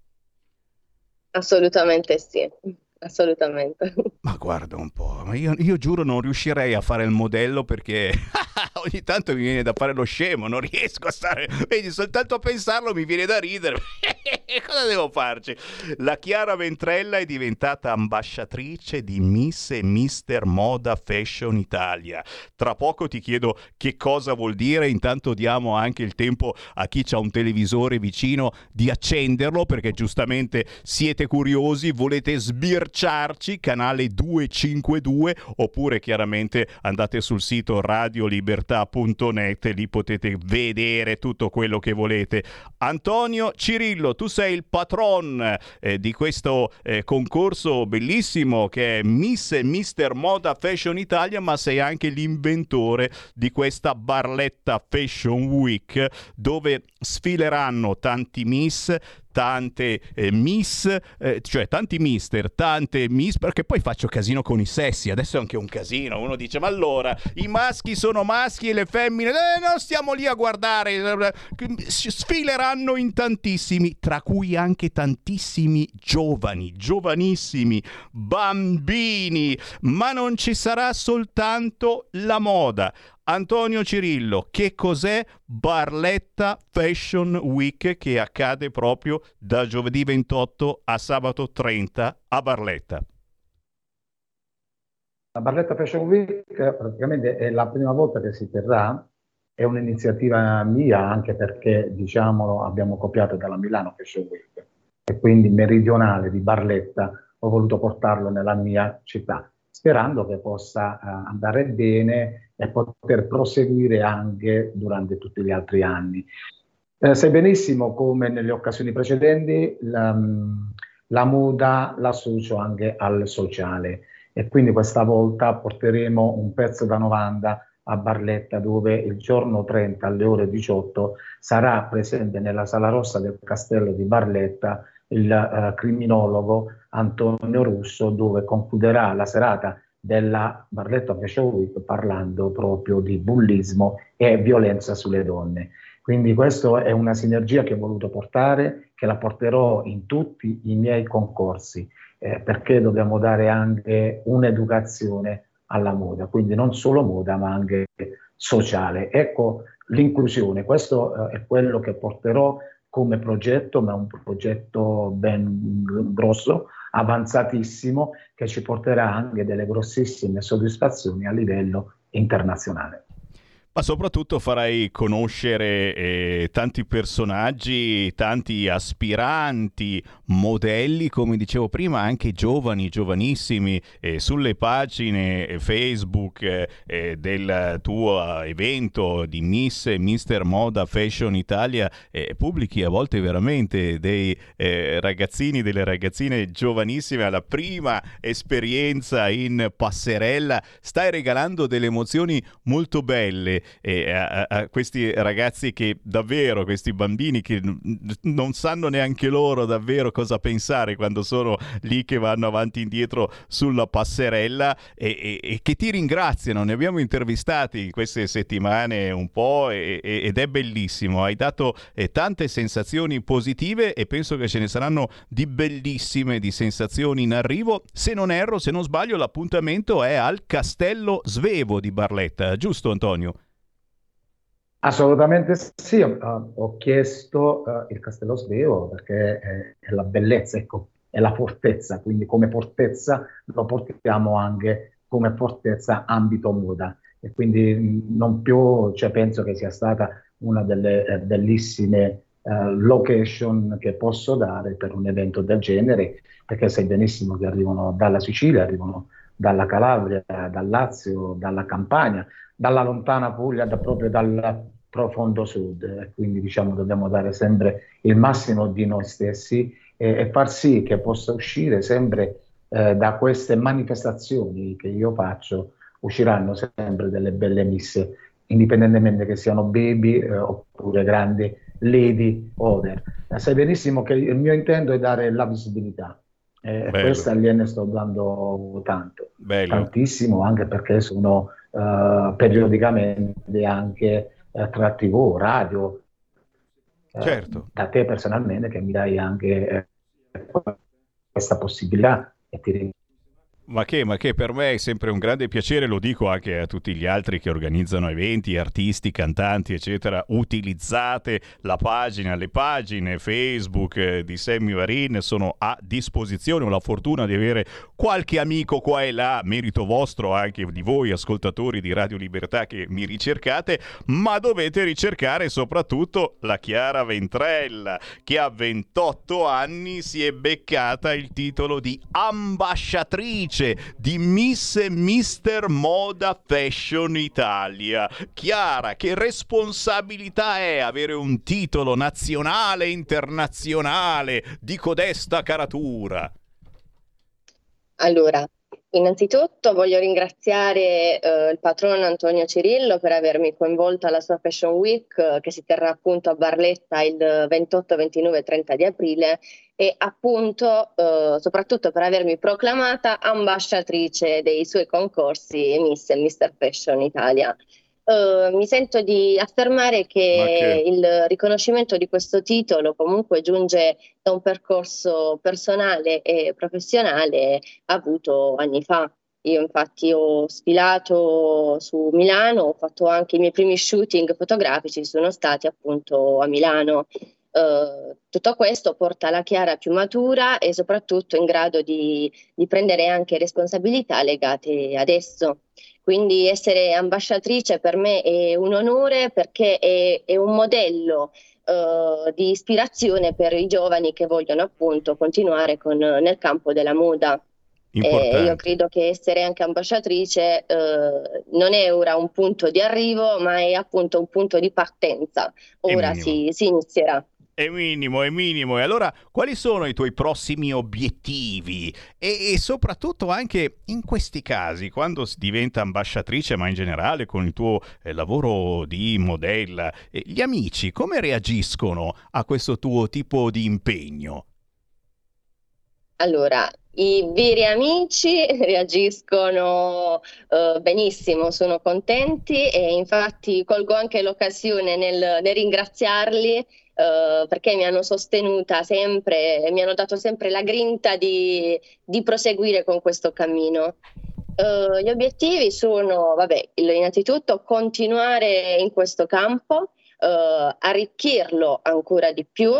Assolutamente sì. Assolutamente.
Ma guarda un po', ma io giuro non riuscirei a fare il modello, perché ogni tanto mi viene da fare lo scemo, non riesco a stare, vedi, soltanto a pensarlo mi viene da ridere. Cosa devo farci? La Chiara Ventrella è diventata ambasciatrice di Miss e Mister Moda Fashion Italia. Tra poco ti chiedo che cosa vuol dire, intanto diamo anche il tempo a chi c'ha un televisore vicino di accenderlo, perché giustamente siete curiosi, volete sbirciarci, canale 252, oppure chiaramente andate sul sito radiolibertà.net e lì potete vedere tutto quello che volete. Antonio Cirillo, tu sei il patron di questo concorso bellissimo che è Miss e Mister Moda Fashion Italia, ma sei anche l'inventore di questa Barletta Fashion Week, dove sfileranno tanti Miss, tante Miss, cioè tanti Mister, tante Miss, perché poi faccio casino con i sessi, adesso è anche un casino, uno dice ma allora i maschi sono maschi e le femmine non stiamo lì a guardare, sfileranno in tantissimi, tra cui anche tantissimi giovani, giovanissimi, bambini, ma non ci sarà soltanto la moda. Antonio Cirillo, che cos'è Barletta Fashion Week, che accade proprio da giovedì 28 a sabato 30 a Barletta?
La Barletta Fashion Week praticamente è la prima volta che si terrà, è un'iniziativa mia, anche perché, diciamo, abbiamo copiato dalla Milano Fashion Week e quindi meridionale di Barletta ho voluto portarlo nella mia città, sperando che possa andare bene e poter proseguire anche durante tutti gli altri anni. Sai benissimo come nelle occasioni precedenti la moda l'associo anche al sociale, e quindi questa volta porteremo un pezzo da 90 a Barletta, dove il giorno 30 alle ore 18 sarà presente nella Sala Rossa del Castello di Barletta il criminologo Antonio Russo, dove concluderà la serata della Barletta Fashion Week parlando proprio di bullismo e violenza sulle donne. Quindi questa è una sinergia che ho voluto portare, che la porterò in tutti i miei concorsi, perché dobbiamo dare anche un'educazione alla moda, quindi non solo moda ma anche sociale. Ecco l'inclusione, questo è quello che porterò come progetto, ma è un progetto ben grosso, avanzatissimo, che ci porterà anche delle grossissime soddisfazioni a livello internazionale.
Ma soprattutto farai conoscere tanti personaggi, tanti aspiranti, modelli, come dicevo prima, anche giovani, giovanissimi, sulle pagine Facebook del tuo evento di Miss e Mister Moda Fashion Italia, pubblichi a volte veramente dei ragazzini, delle ragazzine giovanissime alla prima esperienza in passerella. Stai regalando delle emozioni molto belle a questi ragazzi che davvero, questi bambini che non sanno neanche loro davvero cosa pensare quando sono lì che vanno avanti e indietro sulla passerella, e che ti ringraziano. Ne abbiamo intervistati in queste settimane un po' ed è bellissimo. Hai dato tante sensazioni positive e penso che ce ne saranno di bellissime, di sensazioni in arrivo. Se non erro, se non sbaglio, l'appuntamento è al Castello Svevo di Barletta, giusto Antonio?
Assolutamente sì, ho chiesto il Castello Svevo perché è la bellezza, ecco, è la fortezza, quindi come fortezza lo portiamo anche come fortezza ambito moda, e quindi non più, cioè, penso che sia stata una delle bellissime location che posso dare per un evento del genere, perché sai benissimo che arrivano dalla Sicilia, arrivano dalla Calabria, dal Lazio, dalla Campania, dalla lontana Puglia, proprio dal profondo sud, quindi diciamo dobbiamo dare sempre il massimo di noi stessi e far sì che possa uscire sempre da queste manifestazioni che io faccio, usciranno sempre delle belle miss, indipendentemente che siano baby oppure grandi lady oder. Sai benissimo che il mio intento è dare la visibilità. Questa gliene sto dando tanto, tantissimo, anche perché sono periodicamente anche tra TV, radio,
certo,
da te personalmente che mi dai anche questa possibilità e ti ringrazio.
Ma che per me è sempre un grande piacere, lo dico anche a tutti gli altri che organizzano eventi, artisti, cantanti, eccetera. Utilizzate la pagina, le pagine Facebook di Sammy Varin sono a disposizione. Ho la fortuna di avere qualche amico qua e là, merito vostro anche di voi ascoltatori di Radio Libertà che mi ricercate, ma dovete ricercare soprattutto la Chiara Ventrella, che a 28 anni si è beccata il titolo di ambasciatrice di Miss e Mister Moda Fashion Italia. Chiara, che responsabilità è avere un titolo nazionale e internazionale di codesta caratura?
Allora, innanzitutto voglio ringraziare il patrono Antonio Cirillo per avermi coinvolto alla sua Fashion Week che si terrà appunto a Barletta il 28, 29 e 30 di aprile, e appunto soprattutto per avermi proclamata ambasciatrice dei suoi concorsi Miss e Mister Fashion Italia. Mi sento di affermare che il riconoscimento di questo titolo comunque giunge da un percorso personale e professionale avuto anni fa. Io infatti ho sfilato su Milano, ho fatto anche i miei primi shooting fotografici, sono stati appunto a Milano. Tutto questo porta alla Chiara più matura e soprattutto in grado di prendere anche responsabilità legate ad esso. Quindi essere ambasciatrice per me è un onore, perché è un modello di ispirazione per i giovani che vogliono appunto continuare nel campo della moda. Io credo che essere anche ambasciatrice non è ora un punto di arrivo, ma è appunto un punto di partenza. Ora si inizierà.
È minimo. E allora, quali sono i tuoi prossimi obiettivi? E soprattutto anche in questi casi, quando si diventa ambasciatrice, ma in generale con il tuo lavoro di modella, gli amici come reagiscono a questo tuo tipo di impegno?
Allora, i veri amici reagiscono benissimo, sono contenti, e infatti colgo anche l'occasione nel ringraziarli perché mi hanno sostenuta sempre e mi hanno dato sempre la grinta di proseguire con questo cammino. Gli obiettivi sono, innanzitutto continuare in questo campo, arricchirlo ancora di più,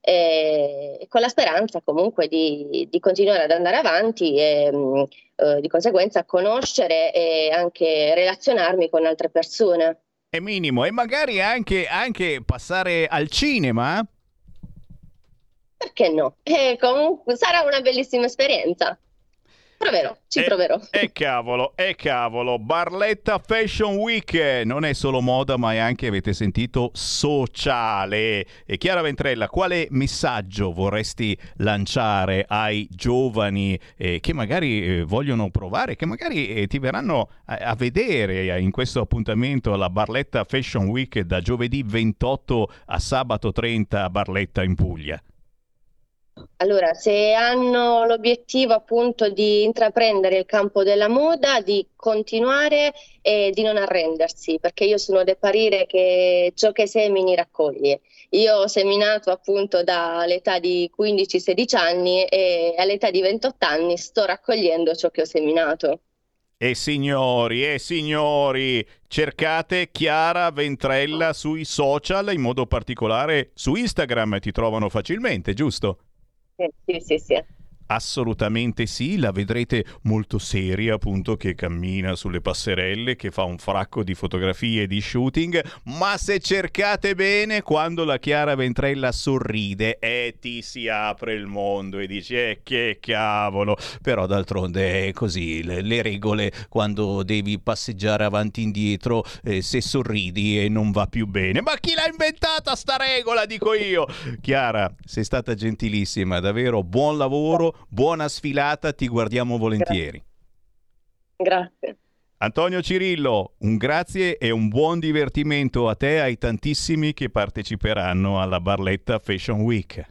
con la speranza comunque di continuare ad andare avanti e di conseguenza conoscere e anche relazionarmi con altre persone.
È minimo. E magari anche passare al cinema?
Perché no? Comunque sarà una bellissima esperienza. Ci proverò.
E cavolo, Barletta Fashion Week non è solo moda, ma è anche, avete sentito, sociale. E Chiara Ventrella, quale messaggio vorresti lanciare ai giovani che magari vogliono provare, che magari ti verranno a vedere in questo appuntamento alla Barletta Fashion Week da giovedì 28 a sabato 30 a Barletta in Puglia?
Allora, se hanno l'obiettivo appunto di intraprendere il campo della moda, di continuare e di non arrendersi, perché io sono del parere che ciò che semini raccogli. Io ho seminato appunto dall'età di 15-16 anni e all'età di 28 anni sto raccogliendo ciò che ho seminato.
E signori, cercate Chiara Ventrella sui social, in modo particolare su Instagram, ti trovano facilmente, giusto?
Sì.
Assolutamente sì, la vedrete molto seria, appunto, che cammina sulle passerelle, che fa un fracco di fotografie e di shooting, ma se cercate bene, quando la Chiara Ventrella sorride ti si apre il mondo e dici che cavolo, però d'altronde è così, le regole quando devi passeggiare avanti e indietro, se sorridi e non va più bene. Ma chi l'ha inventata sta regola, dico io? Chiara, sei stata gentilissima, davvero buon lavoro. Buona sfilata, ti guardiamo volentieri.
Grazie.
Antonio Cirillo, un grazie e un buon divertimento a te e ai tantissimi che parteciperanno alla Barletta Fashion Week.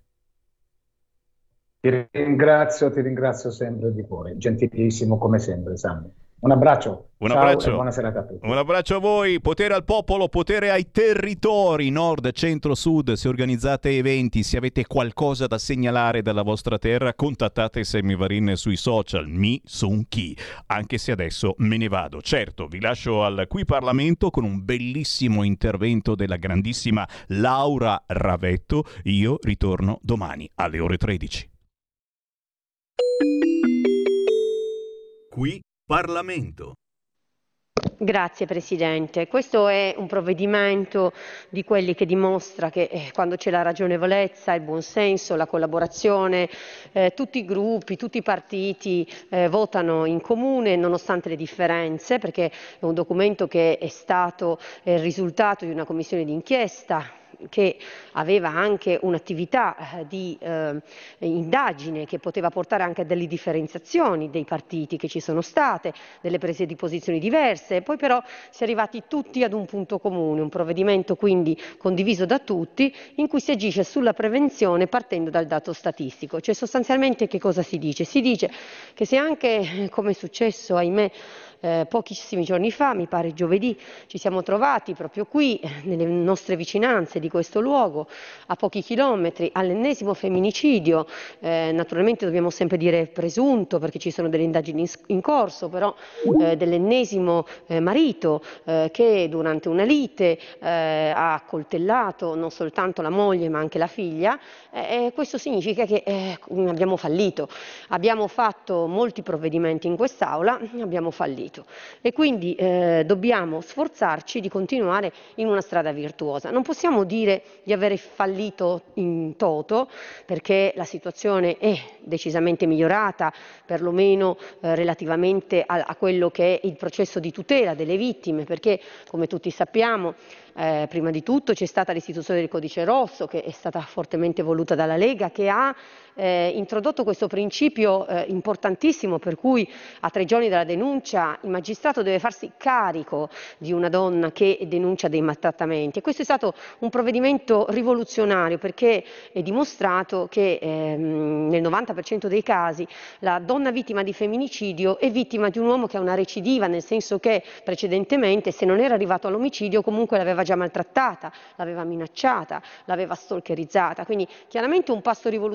Ti ringrazio sempre di cuore, gentilissimo come sempre, Sammy. Un abbraccio. Ciao e buona serata a tutti.
Un abbraccio a voi. Potere al popolo, potere ai territori, nord, centro, sud. Se organizzate eventi, se avete qualcosa da segnalare dalla vostra terra, contattate Sammy Varin sui social. Mi son chi. Anche se adesso me ne vado. Certo, vi lascio al Qui Parlamento con un bellissimo intervento della grandissima Laura Ravetto. Io ritorno domani alle ore 13. Qui Parlamento.
Grazie Presidente. Questo è un provvedimento di quelli che dimostra che quando c'è la ragionevolezza, il buonsenso, la collaborazione, tutti i gruppi, tutti i partiti votano in comune nonostante le differenze, perché è un documento che è stato il risultato di una commissione d'inchiesta che aveva anche un'attività di indagine che poteva portare anche a delle differenziazioni dei partiti che ci sono state, delle prese di posizioni diverse, e poi però si è arrivati tutti ad un punto comune, un provvedimento quindi condiviso da tutti, in cui si agisce sulla prevenzione partendo dal dato statistico. Cioè sostanzialmente che cosa si dice? Si dice che se anche, come è successo ahimè pochissimi giorni fa, mi pare giovedì, ci siamo trovati proprio qui nelle nostre vicinanze di questo luogo, a pochi chilometri, all'ennesimo femminicidio, naturalmente dobbiamo sempre dire presunto perché ci sono delle indagini in corso, però dell'ennesimo marito che durante una lite ha accoltellato non soltanto la moglie ma anche la figlia. Questo significa che abbiamo fallito, abbiamo fatto molti provvedimenti in quest'Aula, abbiamo fallito. E quindi dobbiamo sforzarci di continuare in una strada virtuosa. Non possiamo dire di aver fallito in toto, perché la situazione è decisamente migliorata, perlomeno relativamente a quello che è il processo di tutela delle vittime, perché come tutti sappiamo prima di tutto c'è stata l'istituzione del codice rosso, che è stata fortemente voluta dalla Lega, che ha introdotto questo principio importantissimo per cui a 3 giorni dalla denuncia il magistrato deve farsi carico di una donna che denuncia dei maltrattamenti. E questo è stato un provvedimento rivoluzionario, perché è dimostrato che nel 90% dei casi la donna vittima di femminicidio è vittima di un uomo che ha una recidiva, nel senso che precedentemente, se non era arrivato all'omicidio, comunque l'aveva già maltrattata, l'aveva minacciata, l'aveva stalkerizzata. Quindi chiaramente un passo rivoluzionario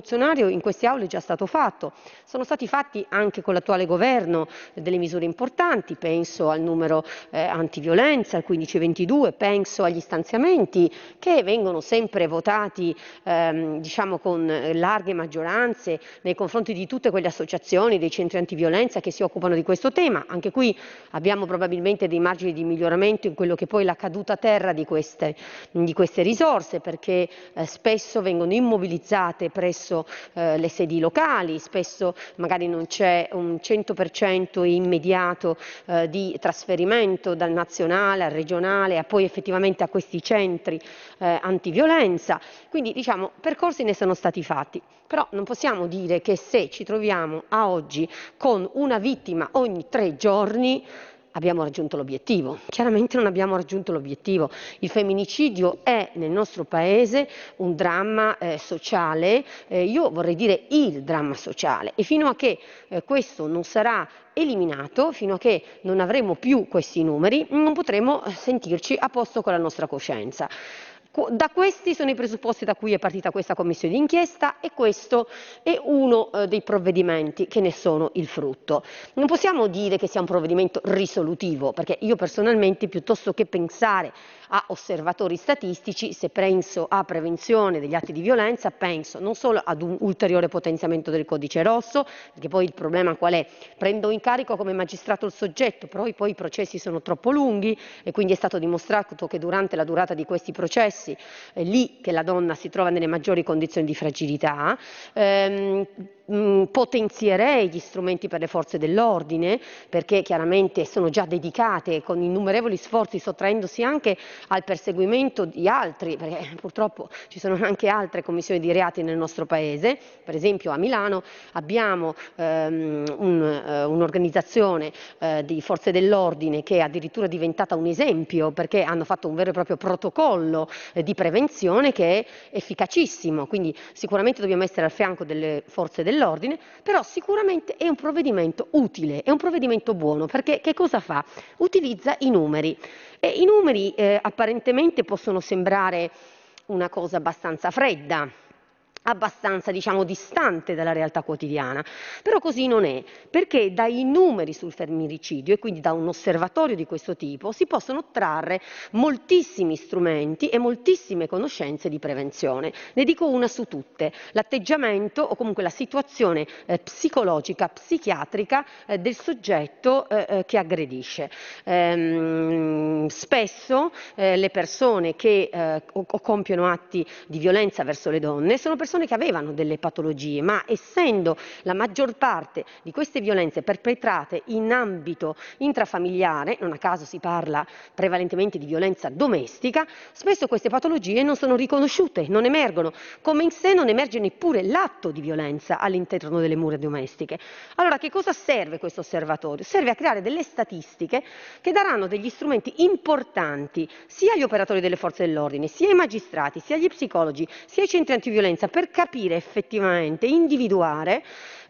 in queste aule è già stato fatto. Sono stati fatti anche con l'attuale governo delle misure importanti, penso al numero antiviolenza, al 1522, penso agli stanziamenti che vengono sempre votati con larghe maggioranze nei confronti di tutte quelle associazioni, dei centri antiviolenza che si occupano di questo tema. Anche qui abbiamo probabilmente dei margini di miglioramento in quello che poi è la caduta a terra di queste risorse, perché spesso vengono immobilizzate presso le sedi locali, spesso magari non c'è un 100% immediato di trasferimento dal nazionale al regionale e poi effettivamente a questi centri antiviolenza. Quindi percorsi ne sono stati fatti, però non possiamo dire che se ci troviamo a oggi con una vittima ogni 3 giorni abbiamo raggiunto l'obiettivo. Chiaramente non abbiamo raggiunto l'obiettivo. Il femminicidio è nel nostro paese un dramma sociale, io vorrei dire il dramma sociale, e fino a che questo non sarà eliminato, fino a che non avremo più questi numeri, non potremo sentirci a posto con la nostra coscienza. Da questi sono i presupposti da cui è partita questa commissione d'inchiesta e questo è uno dei provvedimenti che ne sono il frutto. Non possiamo dire che sia un provvedimento risolutivo, perché io personalmente, piuttosto che pensare a osservatori statistici, se penso a prevenzione degli atti di violenza, penso non solo ad un ulteriore potenziamento del codice rosso, perché poi il problema qual è? Prendo in carico come magistrato il soggetto, però poi i processi sono troppo lunghi e quindi è stato dimostrato che durante la durata di questi processi è lì che la donna si trova nelle maggiori condizioni di fragilità. Potenzierei gli strumenti per le forze dell'ordine, perché chiaramente sono già dedicate con innumerevoli sforzi, sottraendosi anche al perseguimento di altri, perché purtroppo ci sono anche altre commissioni di reati nel nostro paese. Per esempio a Milano abbiamo un'organizzazione di forze dell'ordine che è addirittura diventata un esempio, perché hanno fatto un vero e proprio protocollo di prevenzione che è efficacissimo, quindi sicuramente dobbiamo essere al fianco delle forze dell'ordine, però sicuramente è un provvedimento utile, è un provvedimento buono, perché che cosa fa? Utilizza i numeri, e i numeri apparentemente possono sembrare una cosa abbastanza fredda, abbastanza distante dalla realtà quotidiana, però così non è, perché dai numeri sul femminicidio e quindi da un osservatorio di questo tipo si possono trarre moltissimi strumenti e moltissime conoscenze di prevenzione. Ne dico una su tutte: l'atteggiamento o comunque la situazione psicologica, psichiatrica del soggetto che aggredisce. Spesso le persone che compiono atti di violenza verso le donne sono persone che avevano delle patologie, ma essendo la maggior parte di queste violenze perpetrate in ambito intrafamiliare, non a caso si parla prevalentemente di violenza domestica, spesso queste patologie non sono riconosciute, non emergono, come in sé non emerge neppure l'atto di violenza all'interno delle mura domestiche. Allora, che cosa serve questo osservatorio? Serve a creare delle statistiche che daranno degli strumenti importanti sia agli operatori delle forze dell'ordine, sia ai magistrati, sia agli psicologi, sia ai centri antiviolenza, per capire effettivamente, individuare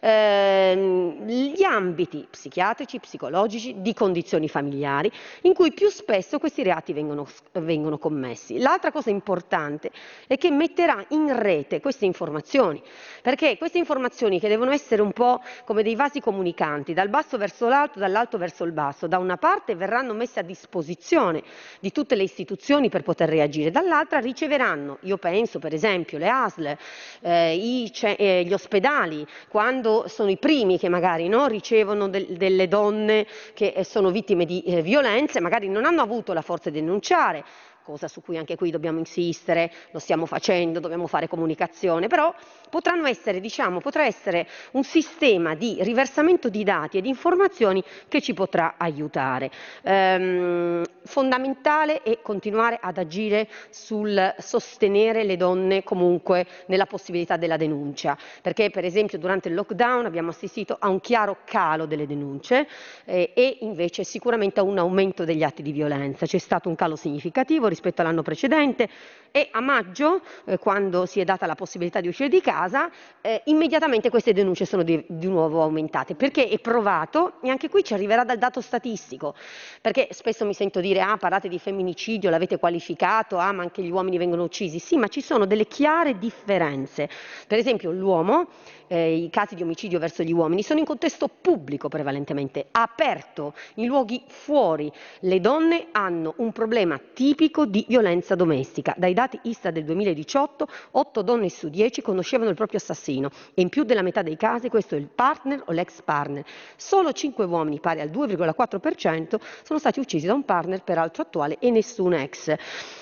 gli ambiti psichiatrici, psicologici, di condizioni familiari in cui più spesso questi reati vengono commessi. L'altra cosa importante è che metterà in rete queste informazioni, perché queste informazioni, che devono essere un po' come dei vasi comunicanti, dal basso verso l'alto, dall'alto verso il basso, da una parte verranno messe a disposizione di tutte le istituzioni per poter reagire, dall'altra riceveranno, io penso per esempio le ASL, gli ospedali, quando sono i primi che magari ricevono delle donne che sono vittime di violenze, magari non hanno avuto la forza di denunciare, cosa su cui anche qui dobbiamo insistere, lo stiamo facendo, dobbiamo fare comunicazione, però potrà essere un sistema di riversamento di dati e di informazioni che ci potrà aiutare. Fondamentale è continuare ad agire sul sostenere le donne comunque nella possibilità della denuncia, perché per esempio durante il lockdown abbiamo assistito a un chiaro calo delle denunce e invece sicuramente a un aumento degli atti di violenza. C'è stato un calo significativo rispetto all'anno precedente, e a maggio, quando si è data la possibilità di uscire di casa, immediatamente queste denunce sono di nuovo aumentate, perché è provato, e anche qui ci arriverà dal dato statistico, perché spesso mi sento dire parlate di femminicidio, l'avete qualificato, ma anche gli uomini vengono uccisi. Sì, ma ci sono delle chiare differenze. Per esempio l'uomo, i casi di omicidio verso gli uomini sono in contesto pubblico prevalentemente, aperto, in luoghi fuori. Le donne hanno un problema tipico di violenza domestica. Dai dati Istat del 2018, 8 donne su 10 conoscevano il proprio assassino, e in più della metà dei casi questo è il partner o l'ex partner. Solo 5 uomini, pari al 2,4%, sono stati uccisi da un partner peraltro attuale e nessun ex.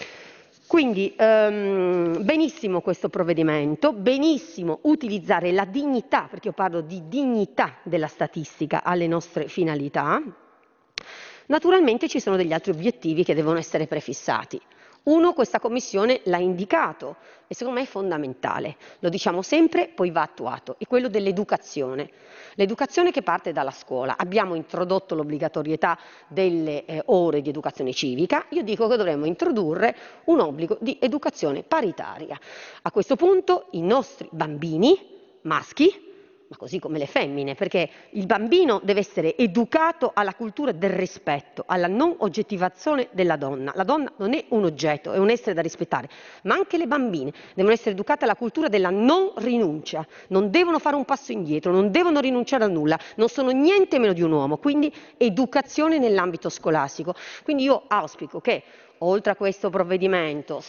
Quindi benissimo questo provvedimento, benissimo utilizzare la dignità, perché io parlo di dignità della statistica alle nostre finalità. Naturalmente ci sono degli altri obiettivi che devono essere prefissati. Uno, questa commissione l'ha indicato e secondo me è fondamentale, lo diciamo sempre, poi va attuato, è quello dell'educazione. L'educazione che parte dalla scuola. Abbiamo introdotto l'obbligatorietà delle ore di educazione civica, io dico che dovremmo introdurre un obbligo di educazione paritaria. A questo punto i nostri bambini maschi, ma così come le femmine, perché il bambino deve essere educato alla cultura del rispetto, alla non oggettivazione della donna. La donna non è un oggetto, è un essere da rispettare, ma anche le bambine devono essere educate alla cultura della non rinuncia, non devono fare un passo indietro, non devono rinunciare a nulla, non sono niente meno di un uomo, quindi educazione nell'ambito scolastico. Quindi io auspico che oltre a questo provvedimento,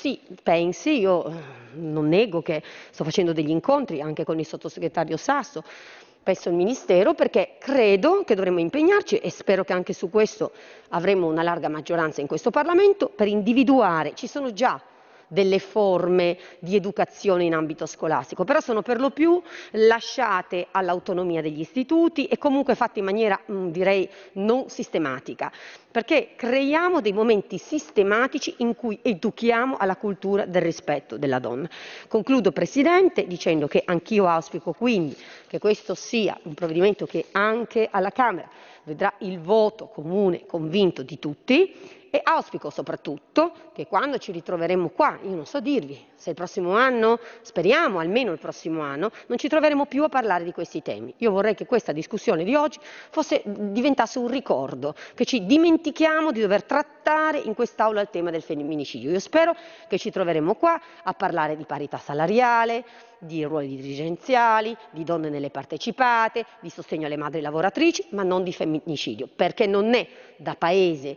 io non nego che sto facendo degli incontri anche con il sottosegretario Sasso, presso il Ministero, perché credo che dovremmo impegnarci, e spero che anche su questo avremo una larga maggioranza in questo Parlamento, per individuare, ci sono già delle forme di educazione in ambito scolastico, però sono per lo più lasciate all'autonomia degli istituti e comunque fatte in maniera, direi, non sistematica, perché creiamo dei momenti sistematici in cui educhiamo alla cultura del rispetto della donna. Concludo, Presidente, dicendo che anch'io auspico quindi che questo sia un provvedimento che anche alla Camera vedrà il voto comune, convinto di tutti, e auspico soprattutto che quando ci ritroveremo qua, io non so dirvi se il prossimo anno, speriamo almeno il prossimo anno, non ci troveremo più a parlare di questi temi. Io vorrei che questa discussione di oggi diventasse un ricordo, che ci dimentichiamo di dover trattare in quest'Aula il tema del femminicidio. Io spero che ci troveremo qua a parlare di parità salariale, di ruoli dirigenziali, di donne nelle partecipate, di sostegno alle madri lavoratrici, ma non di femminicidio, perché non è da paese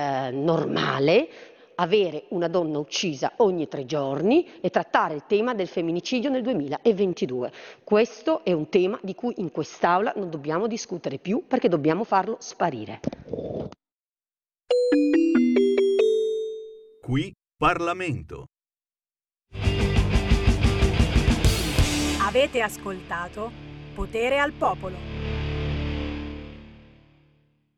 normale avere una donna uccisa ogni 3 giorni e trattare il tema del femminicidio nel 2022. Questo è un tema di cui in quest'Aula non dobbiamo discutere più, perché dobbiamo farlo sparire.
Qui Parlamento.
Avete ascoltato Potere al Popolo.